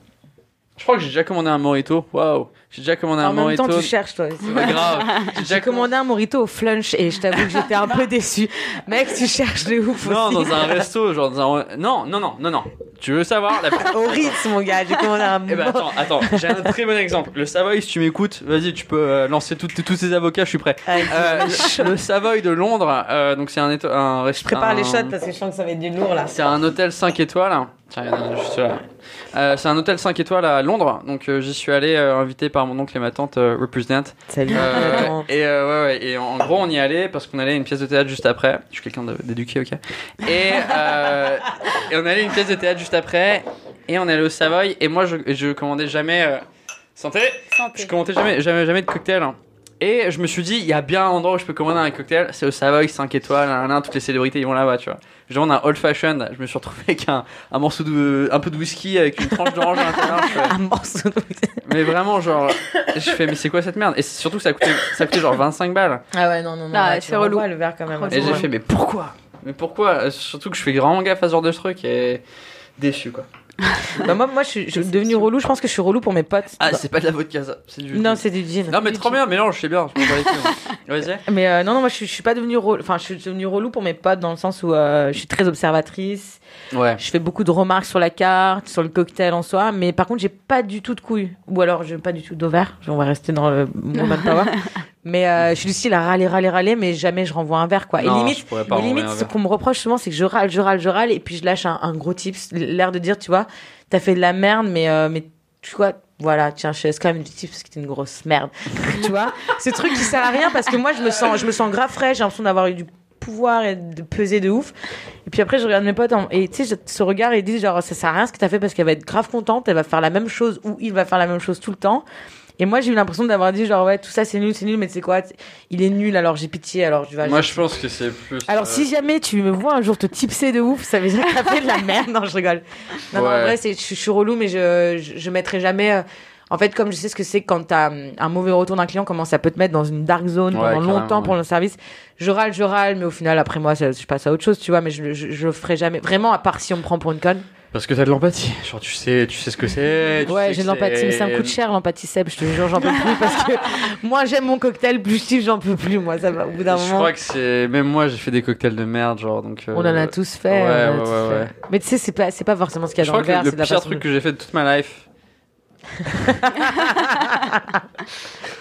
je crois que j'ai déjà commandé un Morito, waouh, j'ai déjà commandé un En même Morito. temps, tu cherches, toi. Ouais, grave. J'ai déjà J'ai commandé un morito au flunch et je t'avoue que j'étais un peu déçue. Mec, tu cherches de ouf Non, aussi. dans un resto, genre dans un... Non, non, non, non, non. Tu veux savoir la... Au Ritz, mon gars, j'ai commandé un Eh ben mor- attends, attends, j'ai un très bon exemple. Le Savoy, si tu m'écoutes, vas-y, tu peux euh, lancer toutes- tous tes avocats, je suis prêt. Avec- Euh, le Savoy de Londres, euh, donc c'est un, éto- un Je restaurant. prépare les shots parce que je sens que ça va être du lourd là. C'est un hôtel cinq étoiles. Tiens, il y en a juste là. Euh, c'est un hôtel cinq étoiles à Londres, donc euh, j'y suis allé euh, invité par mon oncle et ma tante euh, represent. Salut. Euh, Attends. et euh, ouais, ouais, et en gros on y allait parce qu'on allait à une pièce de théâtre juste après. Je suis quelqu'un de- d'éduqué, ok. Et, euh, et on allait à une pièce de théâtre juste après et on allait au Savoy et moi je, je commandais jamais euh, santé. Santé. Je commandais jamais jamais jamais de cocktail. hein. Et je me suis dit il y a bien un endroit où je peux commander un cocktail, c'est au Savoy cinq étoiles, nan, nan, nan, toutes les célébrités ils vont là-bas, tu vois. Je demande un old fashioned, je me suis retrouvé avec un, un morceau de un peu de whisky avec une tranche d'orange à l'intérieur. je fais- Un morceau de... Mais vraiment genre je fais mais c'est quoi cette merde? Et c'est surtout que ça coûtait ça coûtait genre vingt-cinq balles. Ah ouais, non, non, non. Ah, là, c'est tu relou. renvoies le verre quand même. Et j'ai Ouais. fait, mais pourquoi? Mais pourquoi? Euh, Surtout que je fais vraiment gaffe à ce genre de truc et déçu quoi. Bah, moi, moi, je suis, je suis devenue relou. Je pense que je suis relou pour mes potes. Ah, Bah, c'est pas de la vodka ça, c'est du. non, c'est du gin. Non, mais Du trop gin. bien, mélange, c'est bien. je m'en bats les couilles, moi. Vas-y. Mais euh, non, non, moi, je suis, je suis pas devenue relou. Enfin, je suis devenue relou pour mes potes dans le sens où euh, je suis très observatrice. Ouais. Je fais beaucoup de remarques sur la carte, sur le cocktail en soi, mais par contre, j'ai pas du tout de couilles. Ou alors, j'ai pas du tout d'ovaire. On va rester dans le moment power. Mais euh, je suis du style à râler, râler, râler, mais jamais je renvoie un verre, quoi. Non, et limite, je pourrais pas et renvoyer limite un ce verre. qu'on me reproche souvent, c'est que je râle, je râle, je râle, et puis je lâche un, un gros tips, l'air de dire, tu vois, t'as fait de la merde, mais, euh, mais tu vois, voilà, tiens, je te laisse quand même du tips parce que t'es une grosse merde. Tu vois, ce truc qui sert à rien parce que moi, je me sens, je me sens grave fraîche, j'ai l'impression d'avoir eu du pouvoir et de peser de ouf. Et puis après, je regarde mes potes en- et tu sais, je- ce regard, ils disent genre, ça sert à rien ce que t'as fait parce qu'elle va être grave contente, elle va faire la même chose ou il va faire la même chose tout le temps. Et moi, j'ai eu l'impression d'avoir dit genre, ouais, tout ça c'est nul, c'est nul, mais tu sais quoi, il est nul, alors j'ai pitié, alors je vais. Moi, je pense que c'est plus. Alors, euh, si jamais tu me vois un jour te tipser de ouf, ça veut dire que t'as fait de la merde. Non, je rigole. Non, non, en Ouais. vrai, c'est, je, je suis relou, mais je, je, je mettrai jamais. euh, En fait, comme je sais ce que c'est quand t'as hum, un mauvais retour d'un client, comment ça peut te mettre dans une dark zone Ouais, pendant carrément, longtemps ouais. pour le service. Je râle, je râle, mais au final, après moi, ça, je passe à autre chose, tu vois. Mais je, je, je le ferai jamais. Vraiment, à part si on me prend pour une conne. Parce que t'as de l'empathie. Genre, tu sais, tu sais ce que c'est. tu Ouais, sais j'ai de que l'empathie, mais ça me c'est- coûte cher l'empathie Seb, je te jure, j'en peux plus parce que moi j'aime mon cocktail, plus je kiffe, j'en peux plus, moi, ça va au bout d'un Je moment. crois que c'est. Même moi, j'ai fait des cocktails de merde, genre, donc. euh, On en a tous fait. ouais, on en a ouais, tous ouais, fait. ouais. Mais tu sais, c'est pas, c'est pas forcément ce qu'il y Je a dans crois le que verre, le, c'est le de la pire façon truc de- que j'ai fait de toute ma life.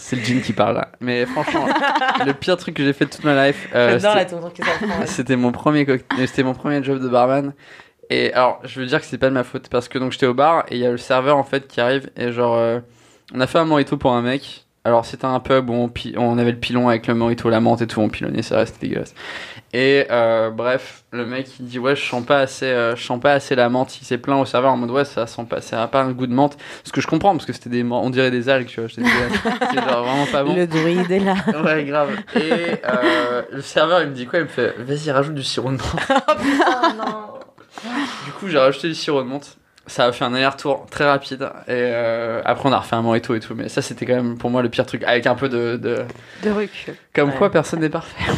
C'est le jean qui parle là. Mais franchement, le pire truc que j'ai fait de toute ma life, euh, J'adore la c'était, tournure que ça prend. Ouais. c'était mon premier cock- c'était mon premier job de barman. Et alors, je veux dire que c'est pas de ma faute parce que donc j'étais au bar et il y a le serveur en fait qui arrive et genre euh, on a fait un mojito pour un mec. Alors c'était un pub où on, pi- on avait le pilon avec le mojito, la menthe et tout, on pilonnait, ça reste dégueulasse. Et euh, bref, le mec il dit ouais je sens pas assez, euh, je sens pas assez la menthe. Il s'est plaint au serveur en mode ouais ça sent pas, ça a pas un goût de menthe. Ce que je comprends parce que c'était des, on dirait des algues, tu vois. J'étais c'était genre vraiment pas bon. Le druide est là. Ouais grave. Et euh, le serveur il me dit quoi? Il me fait vas-y rajoute du sirop de menthe. Oh putain, non. Du coup j'ai rajouté du sirop de menthe. Ça a fait un aller-retour très rapide et euh, après on a refait un mojito et tout, mais ça c'était quand même pour moi le pire truc avec un peu de, de... De recul. comme Ouais. quoi personne n'est parfait.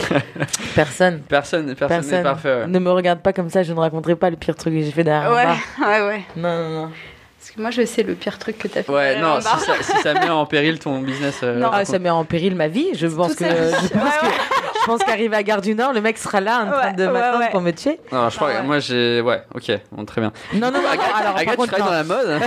Personne. Personne, personne, Personne. n'est parfait. Ouais. Ne me regarde pas comme ça, je ne raconterai pas le pire truc que j'ai fait derrière un Ouais, bar. ouais, ouais. Non, non, non. Parce que moi, je sais le pire truc que t'as fait. Ouais, derrière non, un si bar. ça, si ça met en péril ton business. euh, Non. Ah, raconte. ça met en péril ma vie. Je pense Tout que, ça. je pense Ouais, que, je pense qu'arrivé à Gare du Nord, le mec sera là en train Ouais, de ouais, m'attendre ouais. pour me tuer. Non, je crois Ah que ouais. moi j'ai. Ouais, ok, bon, très bien. Non, non, non. Agathe, non, alors, Agathe, par tu contre, travailles non. dans la mode.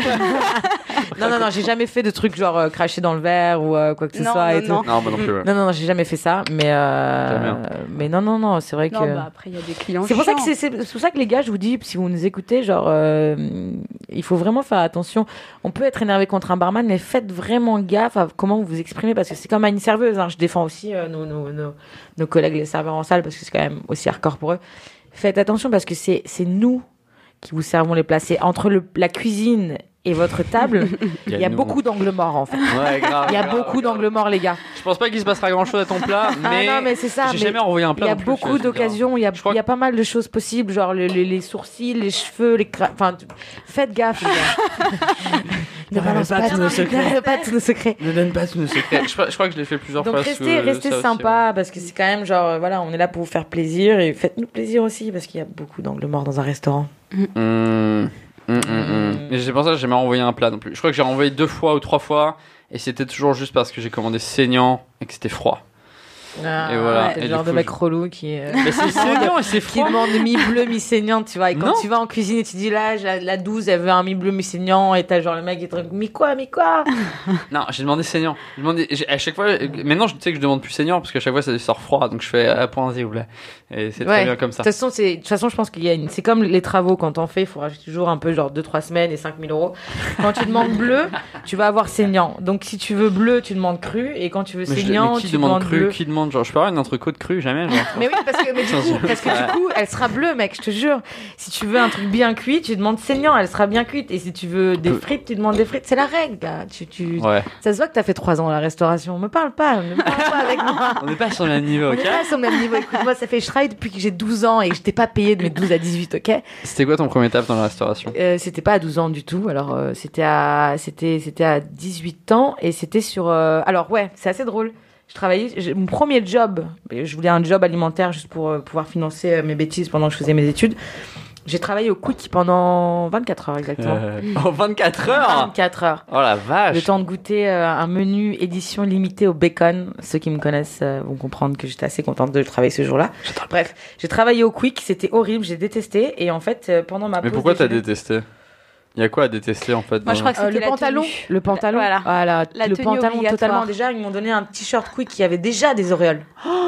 non, non, non, j'ai jamais fait de trucs genre euh, cracher dans le verre ou euh, quoi que ce Non, soit non, et tout. non. Non, moi non plus. Ouais. Non, non, non, j'ai jamais fait ça, mais euh, Jamais, hein. mais non, non, non, c'est vrai Non, que. bah après, il y a des clients. C'est pour ça que chiants. c'est, c'est c'est pour ça que les gars, je vous dis, si vous nous écoutez, genre, euh, il faut vraiment faire attention. On peut être énervé contre un barman, mais faites vraiment gaffe à comment vous vous exprimez parce que c'est comme à une serveuse. Hein. Je défends aussi euh, nos, nos, nos, nos collègues les serveurs en salle parce que c'est quand même aussi hardcore pour eux. Faites attention parce que c'est c'est nous qui vous servons les plats. C'est entre le, la cuisine et votre table, il y a nous. beaucoup d'angles morts en fait. Ouais, grave. Il y a grave, beaucoup grave. d'angles morts, les gars. Je pense pas qu'il se passera grand chose à ton plat, mais. ah non, mais c'est ça. J'ai mais jamais envoyé un Il plat. y a non plus, beaucoup je- je veux dire. d'occasions, il y a, Je crois il y a pas mal de choses possibles, genre le- le- les sourcils, les cheveux, les cra... Enfin, t- faites gaffe, les gars. ne balance pas pas, tous nos secrets. ne balance pas tous nos secrets. Ne donne pas tous nos secrets. Je, crois- je crois que je l'ai fait plusieurs Donc fois. restez, sous- restez ça aussi, sympa, parce que c'est quand même genre, euh, voilà, on est là pour vous faire plaisir, et faites-nous plaisir aussi, parce qu'il y a beaucoup d'angles morts dans un restaurant. ouais. Hum, hum, hum, hum. Mm. Mais c'est pour ça que j'ai jamais envoyé un plat non plus. Je crois que j'ai renvoyé deux fois ou trois fois, et c'était toujours juste parce que j'ai commandé saignant et que c'était froid. Ah, Et voilà. C'est Et le du genre de coup, mec je- relou qui... euh, Mais c'est saignant et c'est Qui froid. demande mi-bleu, mi-saignant, tu vois. Et quand Non. tu vas en cuisine et tu dis là, la, la douze, elle veut un mi-bleu, mi-saignant, et t'as genre le mec qui est très, mi quoi, mi quoi? Non, j'ai demandé saignant. J'ai demandé, j'ai- à chaque fois, euh, maintenant je sais que je demande plus saignant parce qu'à chaque fois ça sort froid, donc je fais à point s'il vous plaît. Et c'est Ouais. très bien comme ça. De toute façon, c'est, de toute façon, je pense qu'il y a une, c'est comme les travaux quand on fait, il faut rajouter toujours un peu genre deux trois semaines et cinq mille euros. Quand tu demandes bleu, tu vas avoir saignant. Donc si tu veux bleu, tu demandes cru, et quand tu veux Mais, je- saignant, mais qui tu demande demandes cru, bleu. qui demande genre, je peux avoir une entrecôte crue jamais genre. Mais oui, parce que, mais du coup, parce que du coup, elle sera bleue, mec, je te jure. Si tu veux un truc bien cuit, tu demandes saignant, elle sera bien cuite. Et si tu veux des Peu- frites, tu demandes des frites. C'est la règle, gars. Tu, tu... Ouais. Ça se voit que t'as fait trois ans à la restauration. Me parle pas, ne me parle pas avec moi. On n'est pas sur le même niveau, On ok? n'est pas sur le même niveau. Écoute, moi, ça fait, je travaille depuis que j'ai douze ans et que je t'ai pas payé de mes douze à dix-huit, ok? C'était quoi ton premier taf dans la restauration? Euh, c'était pas à douze ans du tout. Alors, euh, c'était à, c'était, c'était à dix-huit ans et c'était sur, euh, alors ouais, c'est assez drôle. Je travaillais, j'ai- mon premier job, je voulais un job alimentaire juste pour euh, pouvoir financer euh, mes bêtises pendant que je faisais mes études. J'ai travaillé au Quick pendant vingt-quatre heures exactement. Euh, en vingt-quatre heures? vingt-quatre heures. Oh la vache! Le temps de goûter euh, un menu édition limitée au bacon. Ceux qui me connaissent euh, vont comprendre que j'étais assez contente de travailler ce jour-là. Bref, j'ai travaillé au Quick, c'était horrible, j'ai détesté. Et en fait, euh, pendant ma Mais pause pourquoi t'as déjeuner- détesté? Il y a quoi à détester en fait? Moi, je dans- crois que Euh, c'était le la pantalon, tenue. le pantalon, Voilà. voilà, La le tenue pantalon obligatoire. totalement. Déjà, ils m'ont donné un t-shirt Quick qui avait déjà des auréoles.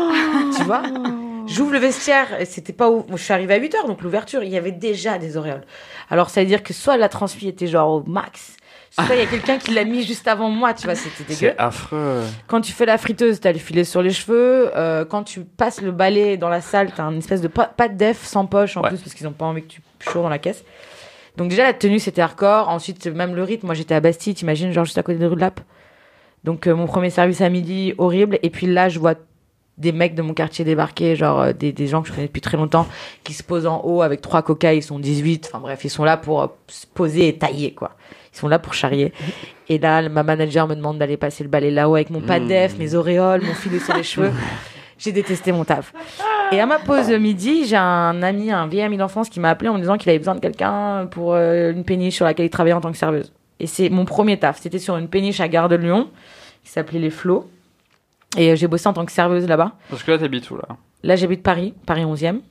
Tu vois? J'ouvre le vestiaire, et c'était pas où. Je suis arrivée à huit heures, donc l'ouverture, il y avait déjà des auréoles. Alors, ça veut dire que soit la transpi était genre au max, soit il y a quelqu'un qui l'a mis juste avant moi, tu vois, c'était dégueu. C'est affreux. Quand tu fais la friteuse, t'as le filet sur les cheveux. Euh, quand tu passes le balai dans la salle, t'as une espèce de pa- pas de def sans poche en Ouais. plus, parce qu'ils ont pas envie que tu choures dans la caisse. Donc déjà, la tenue, c'était hardcore. Ensuite, même le rythme. Moi, j'étais à Bastille, t'imagines, genre juste à côté de rue de Lappe. Donc, euh, mon premier service à midi, horrible. Et puis là, je vois des mecs de mon quartier débarquer, genre euh, des, des gens que je connais depuis très longtemps, qui se posent en haut avec trois coca, ils sont dix-huit. Enfin bref, ils sont là pour euh, se poser et tailler, quoi. Ils sont là pour charrier. Et là, ma manager me demande d'aller passer le balai là-haut avec mon pas de def, mes auréoles, mon filet sur les cheveux. J'ai détesté mon taf. Et à ma pause midi, j'ai un ami, un vieil ami d'enfance qui m'a appelé en me disant qu'il avait besoin de quelqu'un pour euh, une péniche sur laquelle il travaillait en tant que serveuse. Et c'est mon premier taf. C'était sur une péniche à Gare de Lyon, qui s'appelait Les Flots. Et euh, j'ai bossé en tant que serveuse là-bas. Parce que là t'habites où là? Là, j'habite Paris, Paris onzième.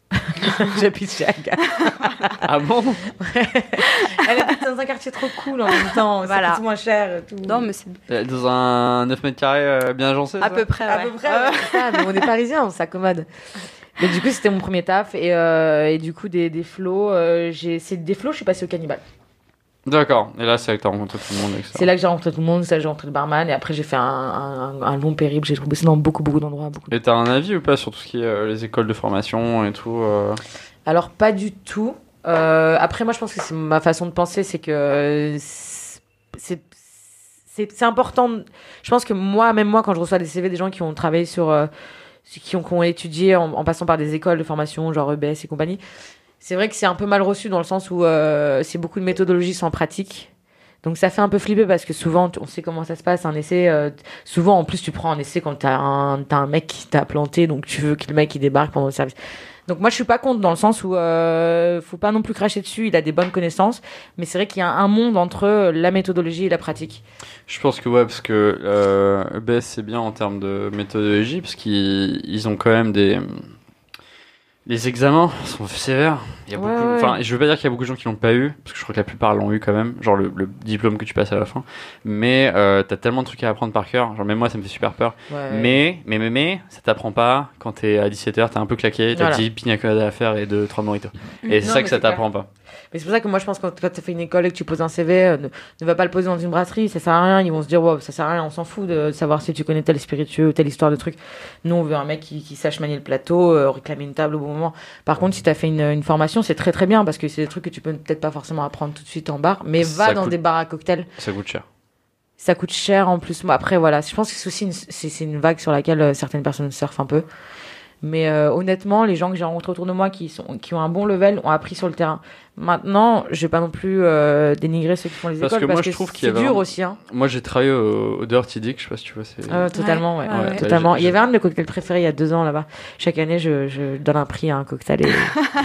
J'habite chez Agathe. Ah bon? Elle habite dans un quartier trop cool en même temps. Voilà. Ça coûte moins cher et tout. Non, mais c'est Euh, Dans un neuf mètres carrés euh, bien agencé? à ça peu près. À ouais. peu près, ouais, c'est ça, mais on est parisiens, on s'accommode. Mais du coup, c'était mon premier taf. Et, euh, et du coup, des, des flots, euh, j'ai... c'est des flots, je suis passée au Cannibal. D'accord. Et là, c'est là que t'as rencontré tout le monde. Avec ça. C'est là que j'ai rencontré tout le monde, c'est là que j'ai rencontré le barman. Et après, j'ai fait un, un, un long périple. J'ai bossé dans beaucoup, beaucoup d'endroits. Beaucoup. Et t'as un avis ou pas sur tout ce qui est euh, les écoles de formation et tout euh... Alors, pas du tout. Euh, après, moi, je pense que c'est ma façon de penser, c'est que c'est, c'est, c'est, c'est important. de- Je pense que moi, même moi, quand je reçois des C V des gens qui ont travaillé sur, euh, qui ont, qui ont étudié en, en passant par des écoles de formation, genre E B S et compagnie, c'est vrai que c'est un peu mal reçu dans le sens où euh, c'est beaucoup de méthodologie sans pratique. Donc ça fait un peu flipper parce que souvent, tu- on sait comment ça se passe, un essai. euh, souvent, en plus, tu prends un essai quand t'as un, t'as un mec qui t'a planté, donc tu veux que le mec il débarque pendant le service. Donc moi, je suis pas contre dans le sens où euh, faut pas non plus cracher dessus. Il a des bonnes connaissances, mais c'est vrai qu'il y a un monde entre la méthodologie et la pratique. Je pense que ouais, parce que euh, E B S c'est bien en termes de méthodologie, parce qu'ils ils ont quand même des... Les examens sont sévères. Il y a Ouais, beaucoup... ouais. Enfin, je veux pas dire qu'il y a beaucoup de gens qui l'ont pas eu, parce que je crois que la plupart l'ont eu quand même, genre le, le diplôme que tu passes à la fin. Mais euh, t'as tellement de trucs à apprendre par cœur. Genre même moi, ça me fait super peur. Ouais. Mais, mais, mais, mais, ça t'apprend pas quand t'es à dix-sept heures, t'es un peu claqué, t'as Voilà. dix pina coladas à faire et deux trois mojitos. Et c'est Non, ça mais que ça c'est clair. t'apprend pas. Mais c'est pour ça que moi, je pense que quand, quand tu fait une école et que tu poses un C V, euh, ne, ne va pas le poser dans une brasserie, ça sert à rien. Ils vont se dire, wow, ça sert à rien, on s'en fout de savoir si tu connais tel spiritueux, telle histoire de truc. Nous, on veut un mec qui, qui sache manier le plateau, euh, réclamer une table au bon moment. Par contre, si tu as fait une, une formation, c'est très très bien parce que c'est des trucs que tu peux peut-être pas forcément apprendre tout de suite en bar, mais Ça va dans coûte- des bars à cocktails. Ça coûte cher. Ça coûte cher en plus. Moi, après, voilà, je pense que c'est aussi une, c'est, c'est une vague sur laquelle euh, certaines personnes surfent un peu. Mais euh, honnêtement, les gens que j'ai rencontrés autour de moi qui, sont, qui ont un bon level ont appris sur le terrain. Maintenant, je vais pas non plus euh, dénigrer ceux qui font les Parce écoles que moi, parce je que trouve qu'il y c'est avait dur un- aussi. Hein. Moi, j'ai travaillé au, au Dirty Dick, je sais pas si tu vois. C'est... Euh, totalement, ouais. Ouais, ouais, ouais. Totalement. J'ai- Il y avait un de mes cocktails préférés il y a deux ans là-bas. Chaque année, je, je donne un prix à un cocktail. Et,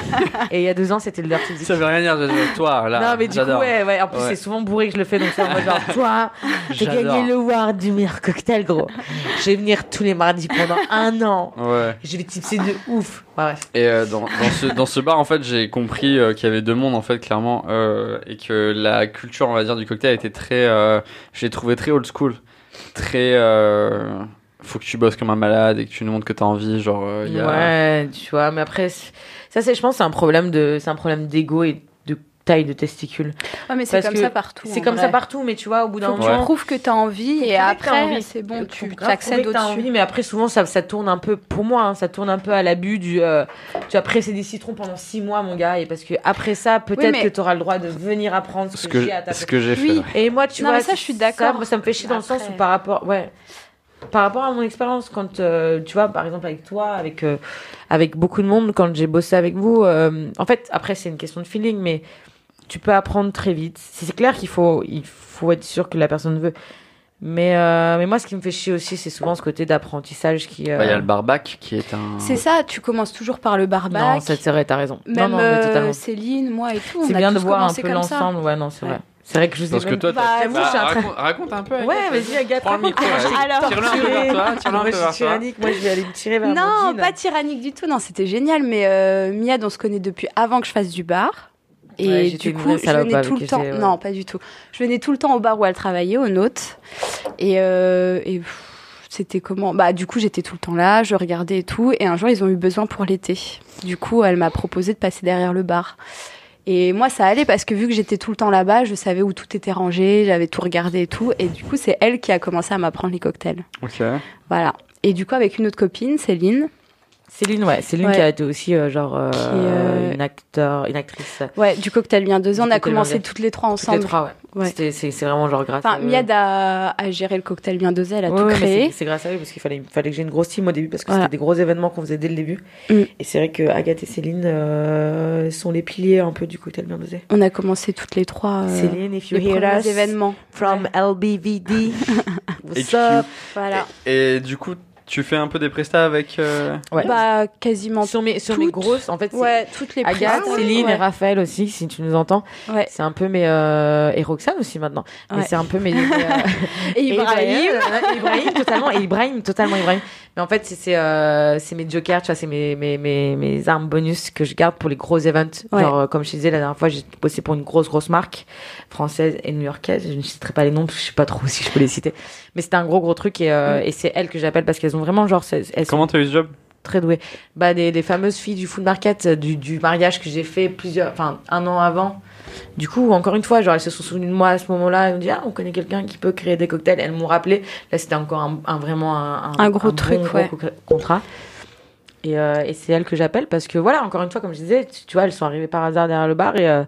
et il y a deux ans, c'était le Dirty Dick. Ça veut rien dire, je- toi, là. non, mais du j'adore. coup, ouais, ouais. En plus, Ouais. c'est souvent bourré que je le fais. Donc, c'est en mode genre, toi, j'ai J'adore. gagné le award du meilleur cocktail, gros. Je vais venir tous les mardis pendant un an. Ouais. Je vais tipser de ouf. Ouais, bref. Et euh, dans, dans, ce, dans ce bar, en fait, j'ai compris euh, qu'il y avait deux mondes, en fait, clairement, euh, et que la culture, on va dire, du cocktail était très... Euh, je l'ai trouvé très old school. Très... Euh, faut que tu bosses comme un malade et que tu nous montres que t'as envie, genre... euh, il y a... Ouais, tu vois, mais après, c'est- ça, c'est, je pense, c'est un problème de, c'est un problème d'ego et de taille de testicules. Ouais, mais c'est Parce comme que ça partout. C'est en comme vrai. ça partout, mais tu vois, au bout d'un Faut que moment. tu prouves que t'as envie Faut et prouver que t'as après, envie. c'est bon, Faut tu grave t'accèdes prouver que t'as au-dessus. envie, mais après, souvent, ça, ça tourne un peu, pour moi, hein, ça tourne un peu à l'abus du. euh, tu as pressé des citrons pendant six mois, mon gars, et parce que après ça, peut-être mais- que tu auras le droit de venir apprendre ce, Ce que, que, j'ai à ta ce que j'ai fait. Oui. ouais. Et moi, tu Non, vois, mais ça, je suis d'accord. moi, ça me fait chier dans le sens Après- où par rapport, ouais, par rapport à mon expérience, quand euh, tu vois, par exemple avec toi, avec euh, avec beaucoup de monde, quand j'ai bossé avec vous, euh, en fait, après c'est une question de feeling, mais tu peux apprendre très vite. C'est c'est clair qu'il faut il faut être sûr que la personne veut. Mais euh, mais moi, ce qui me fait chier aussi, c'est souvent ce côté d'apprentissage qui. euh, Bah, il y a le barbac qui est un... C'est ça, tu commences toujours par le barbac. Non, ça c'est vrai, t'as raison. Même non, non, mais euh, totalement. Céline, moi et tout. on C'est a bien de tous voir un commencé peu comme ça. l'ensemble. Ouais, non, c'est Ouais. vrai. C'est vrai que je vous ai Parce que même- toi, Bah, t'as... j'avoue, je suis en train- raconte, raconte un peu. Ouais, Agathe, vas-y, Agathe, Prends le raconte. micro, Moi, je vas-y. t'ai Alors, Tire-le un peu torturé. vers toi, tire-le un Moi, peu je vers suis toi. tyrannique. Moi, je vais aller me tirer vers mon Non, jean. pas tyrannique du tout. Non, c'était génial. Mais euh, Miad, on se connaît depuis avant que je fasse du bar. Et Ouais, j'étais du une coup, vraie je salope venais avec tout le qui temps. j'étais, ouais. Non, pas du tout. Je venais tout le temps au bar où elle travaillait, au Nôte. Et, euh, et pff, c'était comment? Bah, du coup, j'étais tout le temps là, je regardais et tout. Et un jour, ils ont eu besoin pour l'été. Du coup, elle m'a proposé de passer derrière le bar. Et moi, ça allait parce que vu que j'étais tout le temps là-bas, je savais où tout était rangé, j'avais tout regardé et tout. Et du coup, c'est elle qui a commencé à m'apprendre les cocktails. Ok. Voilà. Et du coup, avec une autre copine, Céline. Céline, ouais, Céline Ouais. qui a été aussi euh, genre euh, euh, une acteur, une actrice. Ouais, du cocktail bien deux ans. Du On a cocktail commencé bien deux. toutes les trois Toutes les ensemble. trois, ouais. Ouais. C'était, c'est, c'est vraiment genre grâce. Enfin, à eux. Miad a, a géré le cocktail bien dosé, elle a Ouais, tout ouais, mais créé. c'est, c'est grâce à eux parce qu'il fallait, fallait que j'ai une grosse team au début parce que Voilà. c'était des gros événements qu'on faisait dès le début. Mm. Et c'est vrai que Agathe et Céline euh, sont les piliers un peu du cocktail bien dosé. On a commencé toutes les trois euh, Céline, if you les hear premiers us événements. from L B V D, what's H Q. up? Voilà. Et, et du coup, tu fais un peu des prestats avec. Euh... Ouais. Bah, quasiment. Sur mes, sur toutes. mes grosses, en fait, c'est Ouais, toutes les Agathe, prestats, Céline ouais. et Raphaël aussi, si tu nous entends. Ouais. C'est un peu mes. Euh... Et Roxane aussi maintenant. Ouais. Mais c'est un peu mes. mes, euh... Et Ibrahim. Et Ibrahim, totalement. Et Ibrahim, totalement Ibrahim. Mais en fait, c'est, c'est, euh, c'est mes jokers, tu vois, c'est mes, mes, mes, mes armes bonus que je garde pour les gros events. Ouais. Genre, euh, comme je te disais, la dernière fois, j'ai bossé pour une grosse, grosse marque française et new-yorkaise. Je ne citerai pas les noms, parce que je sais pas trop si je peux les citer. Mais c'était un gros, gros truc et, euh, Mm. et c'est elles que j'appelle parce qu'elles ont vraiment, genre, c'est- elles Comment sont t'as eu ce job? très douées. Bah, des, des fameuses filles du food market, euh, du, du mariage que j'ai fait plusieurs, enfin, un an avant. Du coup, encore une fois, genre, elles se sont souvenues de moi à ce moment-là. Elles m'ont dit, ah, on connaît quelqu'un qui peut créer des cocktails. Elles m'ont rappelé. Là, c'était encore un, un vraiment un, Un gros bon truc, gros ouais. co- contrat. Et, euh, et c'est elles que j'appelle parce que, voilà, encore une fois, comme je disais, tu, tu vois, elles sont arrivées par hasard derrière le bar et, euh,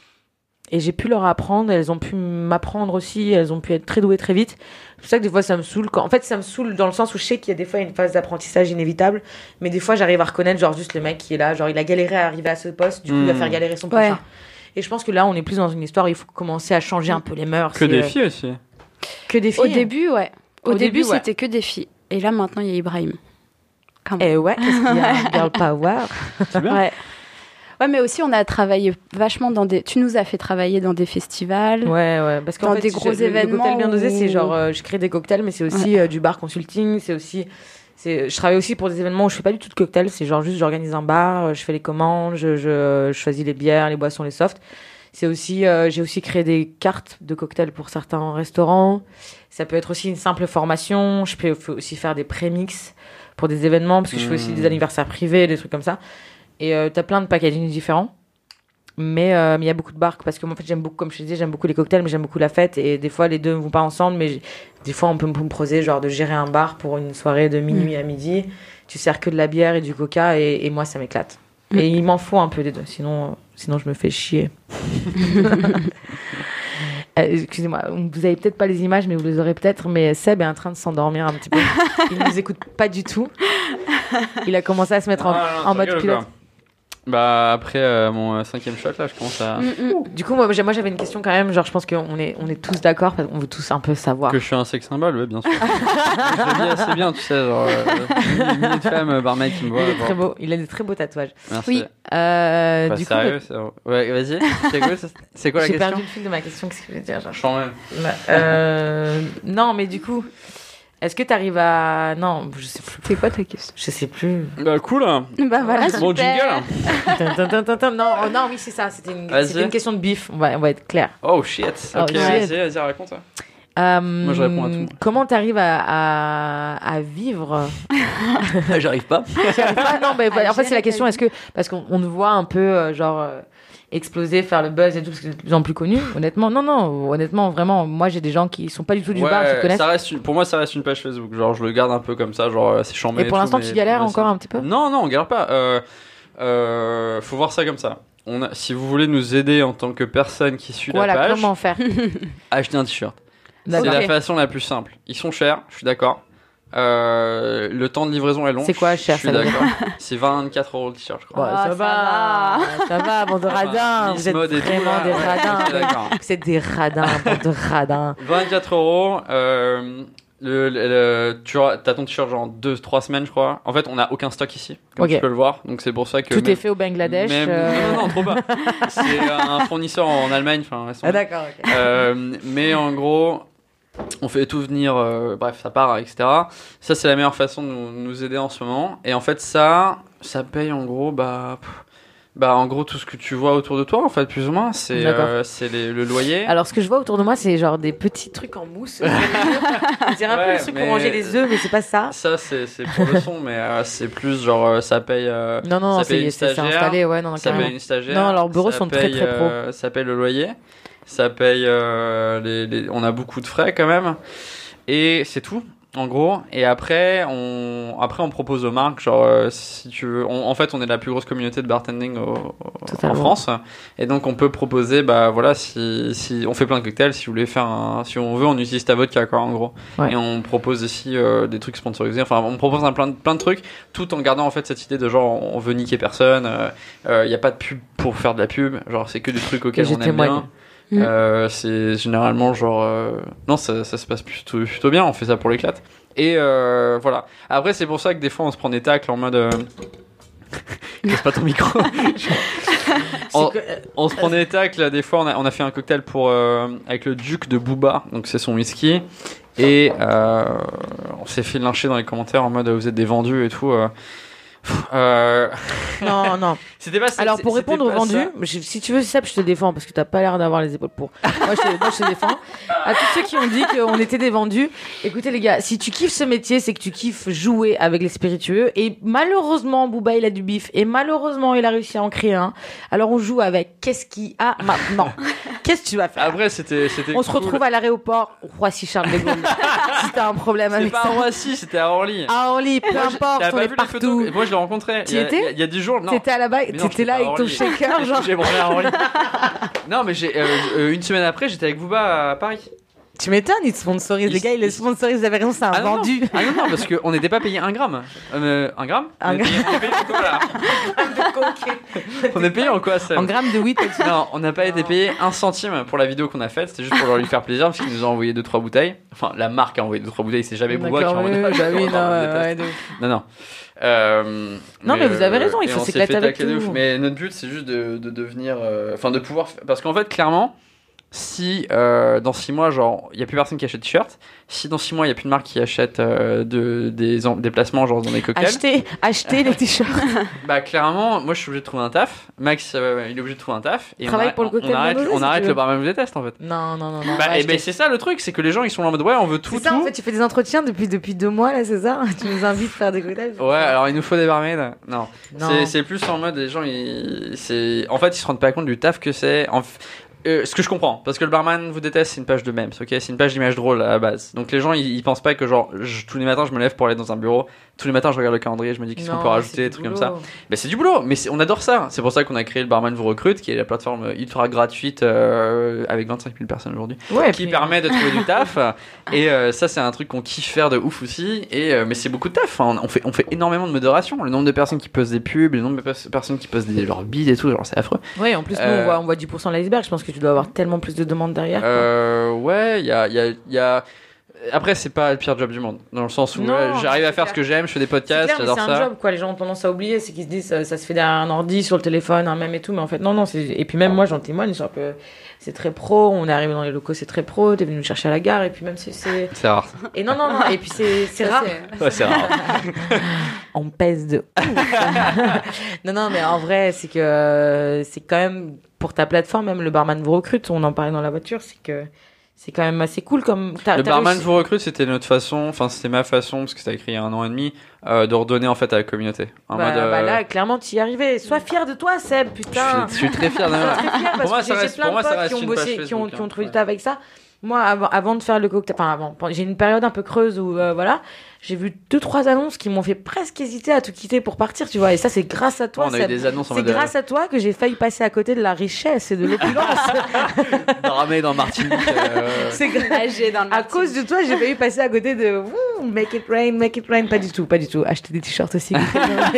et j'ai pu leur apprendre. Elles ont pu m'apprendre aussi. Elles ont pu être très douées très vite. C'est pour ça que des fois, ça me saoule. Quand... En fait, ça me saoule dans le sens où je sais qu'il y a des fois une phase d'apprentissage inévitable. Mais des fois, j'arrive à reconnaître, genre, juste le mec qui est là. Genre, il a galéré à arriver à ce poste. Du coup, il va Mm. faire galérer son Ouais. prochain. Et je pense que là, on est plus dans une histoire où il faut commencer à changer un peu les meurs. Que C'est, des euh, filles aussi. Que des filles. Au début, ouais. Au, Au début, début, ouais. c'était que des filles. Et là, maintenant, il y a Ibrahim. Quand même. Et ouais, qu'est-ce qu'il y a Girl Power. C'est bien. Ouais. Ouais, mais aussi, on a travaillé vachement dans des. Tu nous as fait travailler dans des festivals. Ouais, ouais. Parce qu'en Dans fait, des je- gros le- Le événements cocktail bien dosé, où- c'est genre, euh, je crée des cocktails, mais c'est aussi euh, du bar consulting. C'est aussi. C'est, je travaille aussi pour des événements où je fais pas du tout de cocktails. C'est genre juste, j'organise un bar, euh, je fais les commandes, je, je, je choisis les bières, les boissons, les softs. C'est aussi, euh, j'ai aussi créé des cartes de cocktails pour certains restaurants. Ça peut être aussi une simple formation. Je peux faut aussi faire des prémix pour des événements parce que je fais aussi Mmh. des anniversaires privés, des trucs comme ça. Et euh, t'as plein de packaging différents. Mais euh, mais il y a beaucoup de bars parce que moi, en fait, j'aime beaucoup, comme je te disais, j'aime beaucoup les cocktails, mais j'aime beaucoup la fête. Et des fois, les deux ne vont pas ensemble. Mais j'ai- des fois, on peut me proposer genre de gérer un bar pour une soirée de minuit à midi. Tu sers que de la bière et du coca et, et moi, ça m'éclate. Mm. Et il m'en faut un peu des deux, sinon, euh, sinon je me fais chier. Euh, excusez-moi, vous avez peut-être pas les images, mais vous les aurez peut-être. Mais Seb est en train de s'endormir un petit peu. Il ne nous écoute pas du tout. Il a commencé à se mettre en, Ah, non, en tu mode rigoles, pilote. quoi. Bah après euh, mon euh, cinquième shot là, je commence à Mm, mm. Du coup, moi, j'ai- moi j'avais une question quand même. Genre, je pense qu'on est, on est tous d'accord parce qu'on veut tous un peu savoir. que je suis un sex symbole, ouais, bien sûr. Je le dis assez bien, tu sais, genre euh, milliers de femmes euh, barmaid qui me voient. Il est genre, très beau. Il a des très beaux tatouages. Merci. Oui. Euh, Pas du coup, sérieux, c'est... ouais, vas-y. C'est quoi, ça- c'est quoi la j'ai question? perdu le fil de ma question. Qu'est-ce que je veux dire genre Je sens même. Euh, Non, mais du coup, est-ce que tu arrives à. Non, je sais plus. C'est quoi ta question? Je sais plus. Bah cool. Hein. Bah voilà, super. Bon jingle. Hein. Tin, tin, tin, tin, tin. non, oh, non, oui, c'est ça. C'était une, Vas-y. c'était une question de bif. On va, on va être clair. Oh shit. Oh, Ok, shit. vas-y, vas-y, raconte. Euh, Moi, je réponds à tout. Comment tu arrives à, à, à vivre J'arrive pas. Ah, non, mais À en fait, c'est gérer la question ta est-ce que. Parce qu'on on nous voit un peu, euh, genre. euh, exploser, faire le buzz et tout, parce que c'est de plus en plus connu. Honnêtement, non, non, honnêtement, vraiment, moi j'ai des gens qui sont pas du tout du bar, qui te connaissent. ça reste une- pour moi, ça reste une page Facebook. Genre, je le garde un peu comme ça, genre, euh, c'est chambé. Et pour tout, l'instant, mais tu galères pour moi, encore c'est- un petit peu. Non, non, on galère pas. Euh, euh, faut voir ça comme ça. On a, si vous voulez nous aider en tant que personne qui suit Voilà, la page, comment faire achetez un t-shirt. C'est D'accord. la façon la plus simple. Ils sont chers, je suis d'accord. Euh, le temps de livraison est long. C'est quoi, cher, Je suis ça veut dire d'accord. C'est vingt-quatre euros le t-shirt, je crois. Ouais, Ah, ça, ça va, ça va, bande de Enfin, radins. Miss Vous êtes Mode et tout, vraiment là, des ouais, radins. je suis d'accord. Vous êtes des radins, bande de radins. vingt-quatre euros. Euh, le, le, le- tu as ton t-shirt genre deux trois semaines, je crois. En fait, on n'a aucun stock ici, comme Ok. tu peux le voir. Donc c'est pour ça que Tout même- est fait au Bangladesh. même- euh, Non, non, non, trop pas. C'est un fournisseur en Allemagne. Enfin, laisse Ah tomber. d'accord, ok. Euh, mais en gros, on fait tout venir, euh, bref, ça part, et cetera. Ça, c'est la meilleure façon de nous, nous aider en ce moment. Et en fait, ça, ça paye en gros, bah, pff, bah, en gros, tout ce que tu vois autour de toi, en fait, plus ou moins, c'est, D'accord. euh, c'est les- le loyer. Alors ce que je vois autour de moi, c'est genre des petits trucs en mousse. On dirait un peu Ouais, le truc mais- pour ranger les œufs, mais c'est pas ça. Ça, c'est, c'est pour le son, mais euh, c'est plus genre, euh, ça paye. euh, Non, non, ça paye c'est une c'est- c'est stagiaire, installé, ouais, non, non, Ça carrément. paye une stagiaire. Non, leurs bureaux ça sont très, paye, très pro. euh, ça paye le loyer. Ça paye euh, les, les- on a beaucoup de frais quand même. Et c'est tout, en gros. Et après, on, après, on propose aux marques, genre, euh, si tu veux. on- en fait, on est la plus grosse communauté de bartending au- au- en Totalement. France. Et donc, on peut proposer, bah voilà, si, si on fait plein de cocktails, si vous voulez faire un. Si on veut, on utilise ta vodka, quoi, en gros. Ouais. Et on propose aussi euh, des trucs sponsorisés. Enfin, on propose un plein, de- plein de trucs, tout en gardant, en fait, cette idée de genre, on veut niquer personne. Il n'y a pas de pub pour faire de la pub. Genre, c'est que des trucs auxquels je on aime témoigne. bien. Mm. Euh, c'est généralement genre euh, non ça, ça se passe plutôt, plutôt bien, on fait ça pour l'éclate Et euh, voilà. Après, c'est pour ça que des fois, on se prend des tacles en mode. Euh... Casse pas ton micro. on, que, euh, on se prend des tacles. Des fois, on a, on a fait un cocktail pour euh, avec le Duc de Booba, donc c'est son whisky. Et euh, on s'est fait lyncher dans les commentaires en mode vous êtes des vendus et tout. Euh, euh... Non, non. C'était pas ça. Alors pour c'était répondre aux pas vendus, ça. je- si tu veux Seb, je te défends parce que t'as pas l'air d'avoir les épaules pour. Moi je, te, moi, je te défends. À tous ceux qui ont dit qu'on était des vendus, écoutez les gars, si tu kiffes ce métier, c'est que tu kiffes jouer avec les spiritueux. Et malheureusement, Booba il a du bif et malheureusement il a réussi à en créer un. Alors on joue avec qu'est-ce qu'il a maintenant. Qu'est-ce que tu vas faire? Après, c'était. c'était On se cool. retrouve à l'aéroport Roissy-Charles de Gaulle. Si t'as un problème C'est avec pas ça. à Roissy, c'était à Orly. À Orly, peu importe, T'as on pas est vu les partout. photos? Moi, je l'ai rencontré. T'y il y a- étais il y a- Il y a dix jours. Non. T'étais à la bas, Mais non, t'étais j'étais là pas avec à ton Orly. shaker, genre. J'ai branlé à Orly. Non, mais j'ai euh, euh, une semaine après, j'étais avec Booba à Paris. Tu m'étonnes, ils te sponsorisent. Ils- Les gars, ils les sponsorisent, vous avez raison, c'est un Ah non, vendu. non. Ah non, non, parce qu'on n'était pas payé un gramme. Euh, un gramme Un On est payé- on est payé en quoi, là On est payé en quoi, ça En grammes de weed, Non, on n'a pas été payé un centime pour la vidéo qu'on a faite. C'était juste pour leur lui faire plaisir parce qu'ils nous ont envoyé deux trois bouteilles. Enfin, la marque a envoyé deux trois bouteilles. C'est jamais Booba qui a D'accord, envoyé. oui, oui, bah oui, Non, non, on ouais, déteste. ouais, de ouf. Non, non. Euh, Non, mais vous avez raison, il et faut on s'est s'éclater fait avec tacler de tout. ouf. Mais notre but, c'est juste de, de devenir. euh, Enfin, de pouvoir. f- Parce qu'en fait, clairement, si euh, dans six mois, genre, il n'y a plus personne qui achète de t-shirt, si dans six mois, il n'y a plus de marque qui achète euh, de, des, en- des placements, genre dans des cocktails, Acheter, acheter les t-shirts. bah clairement, moi je suis obligé de trouver un taf. Max, euh, il est obligé de trouver un taf. Et Travaille on arrête, pour le cocktail on arrête, Mondosé, on si arrête tu le veux. barman vous déteste en fait. Non, non, non, non. Bah, va et ben acheter. c'est ça le truc, c'est que les gens ils sont là en mode ouais, on veut tout. C'est ça, tout. en fait, tu fais des entretiens depuis, depuis deux mois, là, c'est ça? Tu nous invites à faire des cocktails? Ouais, alors il nous faut des barmaids. Non, Non. c'est c'est plus en mode les gens ils, c'est, en fait ils se rendent pas compte du taf que c'est. En... f- Euh, ce que je comprends, parce que le barman vous déteste, c'est une page de memes, ok, c'est une page d'image drôle à la base. Donc les gens ils, ils pensent pas que genre je- tous les matins je me lève pour aller dans un bureau, tous les matins je regarde le calendrier, je me dis qu'est-ce qu'on Non, peut rajouter, c'est des du trucs comme boulot. ça. Mais c'est du boulot, mais c'est- on adore ça. C'est pour ça qu'on a créé le Barman vous recrute, qui est la plateforme ultra gratuite euh, avec vingt-cinq mille personnes aujourd'hui, Ouais, et qui puis- permet de trouver du taf. Et euh, ça, c'est un truc qu'on kiffe faire de ouf aussi. Et euh, mais c'est beaucoup de taf. Enfin, on fait on fait énormément de modération. Le nombre de personnes qui postent des pubs, le nombre de pers- personnes qui postent des leurs bides et tout, genre c'est affreux. Ouais, en plus, nous, Euh, on voit, on voit dix pour cent de l'iceberg. Je pense que tu dois avoir tellement plus de demandes derrière. quoi. Euh, ouais, il y a il y a il y a après, c'est pas le pire job du monde, dans le sens où Non, euh, j'arrive à c'est faire clair. ce que j'aime, je fais des C'est podcasts, clair, mais j'adore c'est un ça. job, quoi. Les gens ont tendance à oublier, c'est qu'ils se disent ça, ça se fait derrière un ordi, sur le téléphone, un même et tout, mais en fait, non, non. c'est- Et puis même moi, j'en témoigne, genre que c'est très pro. On est arrivé dans les locaux, c'est très pro. T'es venu nous chercher à la gare, et puis même c'est, c'est... C'est rare. Et non, non, non. Et puis c'est, c'est Ça, rare. c'est- Ouais, c'est rare. On pèse de ouf. Non, non, mais en vrai, c'est que euh, c'est quand même pour ta plateforme, même le barman vous recrute. On en parlait dans la voiture, c'est que c'est quand même assez cool comme. T'as, Le t'as barman réussi- vous recrute, c'était notre façon, enfin c'était ma façon, parce que c'était écrit il y a un an et demi, euh, de redonner en fait à la communauté. En Bah, mode, euh, bah là, clairement, tu y arrivais. Sois fier de toi, Seb, je, putain. suis, je suis très fier de Sois moi. très fier parce Pour moi, que ça j'ai, reste- j'ai plein pour moi, de ça potes reste qui ont une bossé, page qui ont, Facebook, qui ont hein. trouvé du Ouais. taf avec ça. Moi, avant, avant de faire le cocktail, enfin avant, pendant- j'ai eu une période un peu creuse où euh, voilà, j'ai vu deux trois annonces qui m'ont fait presque hésiter à tout quitter pour partir, tu vois. Et ça, c'est grâce à toi. on a eu Seb. des annonces en C'est mode grâce à toi que j'ai failli passer à côté de la richesse et de l'opulence. ramé dans Martinique. euh, c'est grâce. Nager dans le À Martinique. cause de toi, j'ai failli passer à côté de Wouh, make it rain, make it rain. Pas du tout, pas du tout. Acheter des t-shirts aussi. non,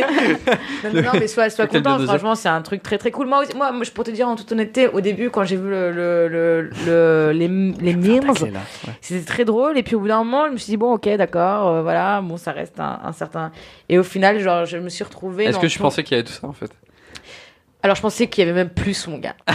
non, non, mais sois, sois Cocktail content. de Franchement, c'est un truc très très cool. Moi, aussi- moi, moi, je pour te dire en toute honnêteté, au début, quand j'ai vu le, le, le, le- les, les memes, tacler, là, ouais. c'était très drôle. Et puis au bout d'un moment, je me suis dit, bon, ok, d'accord, euh, voilà, bon, ça reste un, un certain. Et au final, genre, je me suis retrouvée. Est-ce dans que tu tout- pensais qu'il y avait tout ça en fait? Alors je pensais qu'il y avait même plus, mon gars.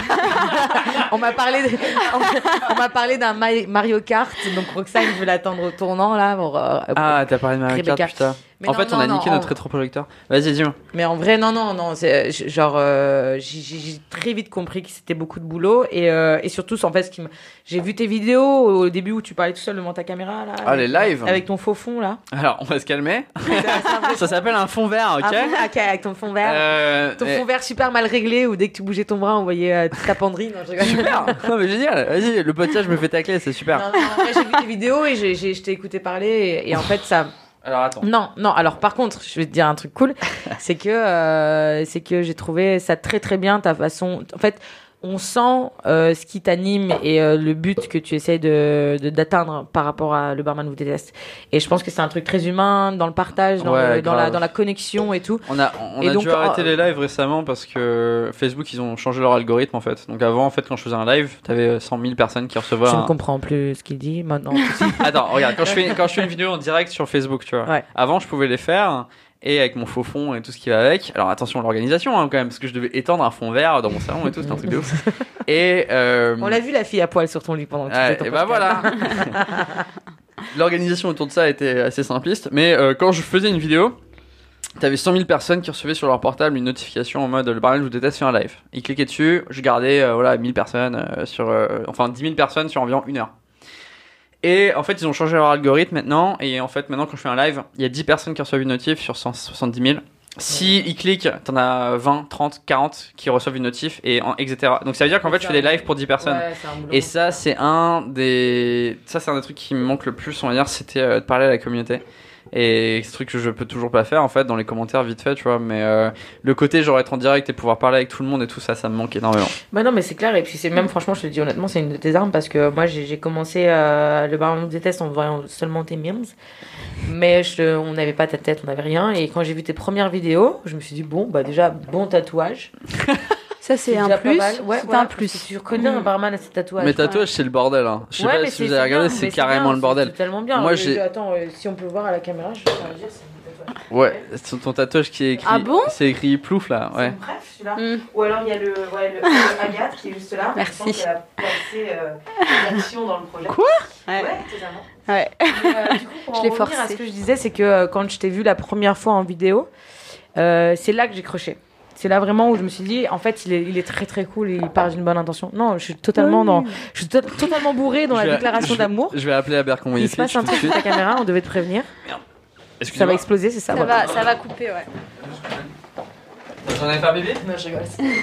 on m'a parlé, de- on, on m'a parlé d'un Ma- Mario Kart, donc Roxane veut l'attendre au tournant là. Pour, euh, Ah, t'as parlé de Mario Kart, Rebecca. putain. Mais En non, fait, on non, a non, niqué en- notre rétroprojecteur. Vas-y, dis-moi. Mais en vrai, non, non, non. C'est, j- genre, euh, j'ai, j'ai- j'ai très vite compris que c'était beaucoup de boulot et, euh, et surtout, en fait, ce qui me... j'ai vu tes vidéos au début où tu parlais tout seul devant ta caméra là. Ah, avec- les lives. avec ton faux fond là. Alors, on va se calmer. C'est un vrai Ça fond. s'appelle un fond vert, ok? Un fond vert, ok, avec ton fond vert. Euh, Ton mais- fond vert super mal réglé où dès que tu bougeais ton bras, on voyait euh, ta penderie. Non, je rigole. Super. Non, mais génial. Vas-y, le podcast, je me fais tacler, c'est super. Non, non, en vrai, j'ai vu tes vidéos et j'ai, j'ai, je t'ai écouté parler et, et en fait ça. Alors, attends. Non, non. Alors par contre, je vais te dire un truc cool, c'est que euh, c'est que j'ai trouvé ça très très bien ta façon. En fait, on sent euh, ce qui t'anime et euh, le but que tu essayes de, de d'atteindre par rapport à Le Barman vous déteste. Et je pense que c'est un truc très humain dans le partage, dans, Ouais, le- dans la grave. dans la connexion et tout. On a, on Et a donc, dû arrêter euh, les lives récemment parce que Facebook, ils ont changé leur algorithme en fait. Donc avant, en fait, quand je faisais un live, t'avais cent mille personnes qui recevaient Je un... ne comprends plus ce qu'il dit maintenant. tout de suite. Attends, regarde, quand je fais, quand je fais une vidéo en direct sur Facebook, tu vois. Ouais. Avant, je pouvais les faire. Et avec mon faux fond et tout ce qui va avec. Alors attention à l'organisation hein, quand même, parce que je devais étendre un fond vert dans mon salon et tout, c'était un truc de ouf. Et euh... On l'a vu la fille à poil sur ton lit pendant que tu ouais, faisais ton et bah podcast. voilà. L'organisation autour de ça était assez simpliste, mais euh, quand je faisais une vidéo, t'avais cent mille personnes qui recevaient sur leur portable une notification en mode le barman je vous déteste, fait un live. Ils cliquaient dessus, je gardais euh, voilà mille personnes euh, sur euh, enfin dix mille personnes sur environ une heure. Et en fait, ils ont changé leur algorithme maintenant. Et en fait, maintenant, quand je fais un live, il y a dix personnes qui reçoivent une notif sur cent soixante-dix mille. Si ils cliquent, t'en as vingt, trente, quarante qui reçoivent une notif, et en, et cetera. Donc ça veut dire qu'en fait, je fais des lives pour dix personnes. Ouais, c'est un boulot. Et ça, c'est un des, ça, c'est un des trucs qui me manque le plus, on va dire, c'était euh, de parler à la communauté. Et c'est un truc que je peux toujours pas faire, en fait, dans les commentaires, vite fait, tu vois. Mais euh, le côté, genre, être en direct et pouvoir parler avec tout le monde et tout ça, ça me manque énormément. Bah non, mais c'est clair. Et puis c'est même, franchement, je te dis honnêtement, c'est une de tes armes parce que moi, j'ai, j'ai commencé euh, le Barman vous déteste en voyant seulement tes memes. Mais je, on n'avait pas ta tête, on n'avait rien. Et quand j'ai vu tes premières vidéos, je me suis dit, bon, bah déjà, bon tatouage. Ça, c'est un déjà pas plus. mal. Ouais, c'est voilà, un plus. parce que tu reconnais un barman à ses tatouages. Mes tatouages, c'est le bordel, hein. Je sais Ouais, pas mais si vous avez regardé, bien, c'est mais carrément bien, le bordel. C'est tellement bien. Moi, Euh, j'ai- Attends, euh, si on peut voir à la caméra, je vais faire dire, c'est mon tatouage. Ouais, c'est ton tatouage qui est écrit. Ah bon c'est écrit plouf là, ouais. C'est mon bref, celui-là. Mm. Ou alors il y a le, ouais, le, le Agathe qui est juste là. Merci. Je pense qu'elle a placé euh, l'action dans le projet. Quoi Ouais, Ouais. totalement. Ouais. Mais, euh, du coup, pour Je en l'ai revenir forcé. à ce que je disais, c'est que euh, quand je t'ai vu la première fois en vidéo, euh, c'est là que j'ai croché. C'est là vraiment où je me suis dit, en fait, il est, il est très très cool et il part d'une bonne intention. Non, je suis totalement dans, je suis to- totalement bourrée dans Je la vais- déclaration je- d'amour. Je vais appeler Abercrombie Il se passe Fitch un tout de truc sur suite. ta caméra, on devait te prévenir. Ça va Excusez-moi. exploser, c'est ça. Ça voilà. va, ça va couper, ouais. J'en avais pas bébé Non, je rigole.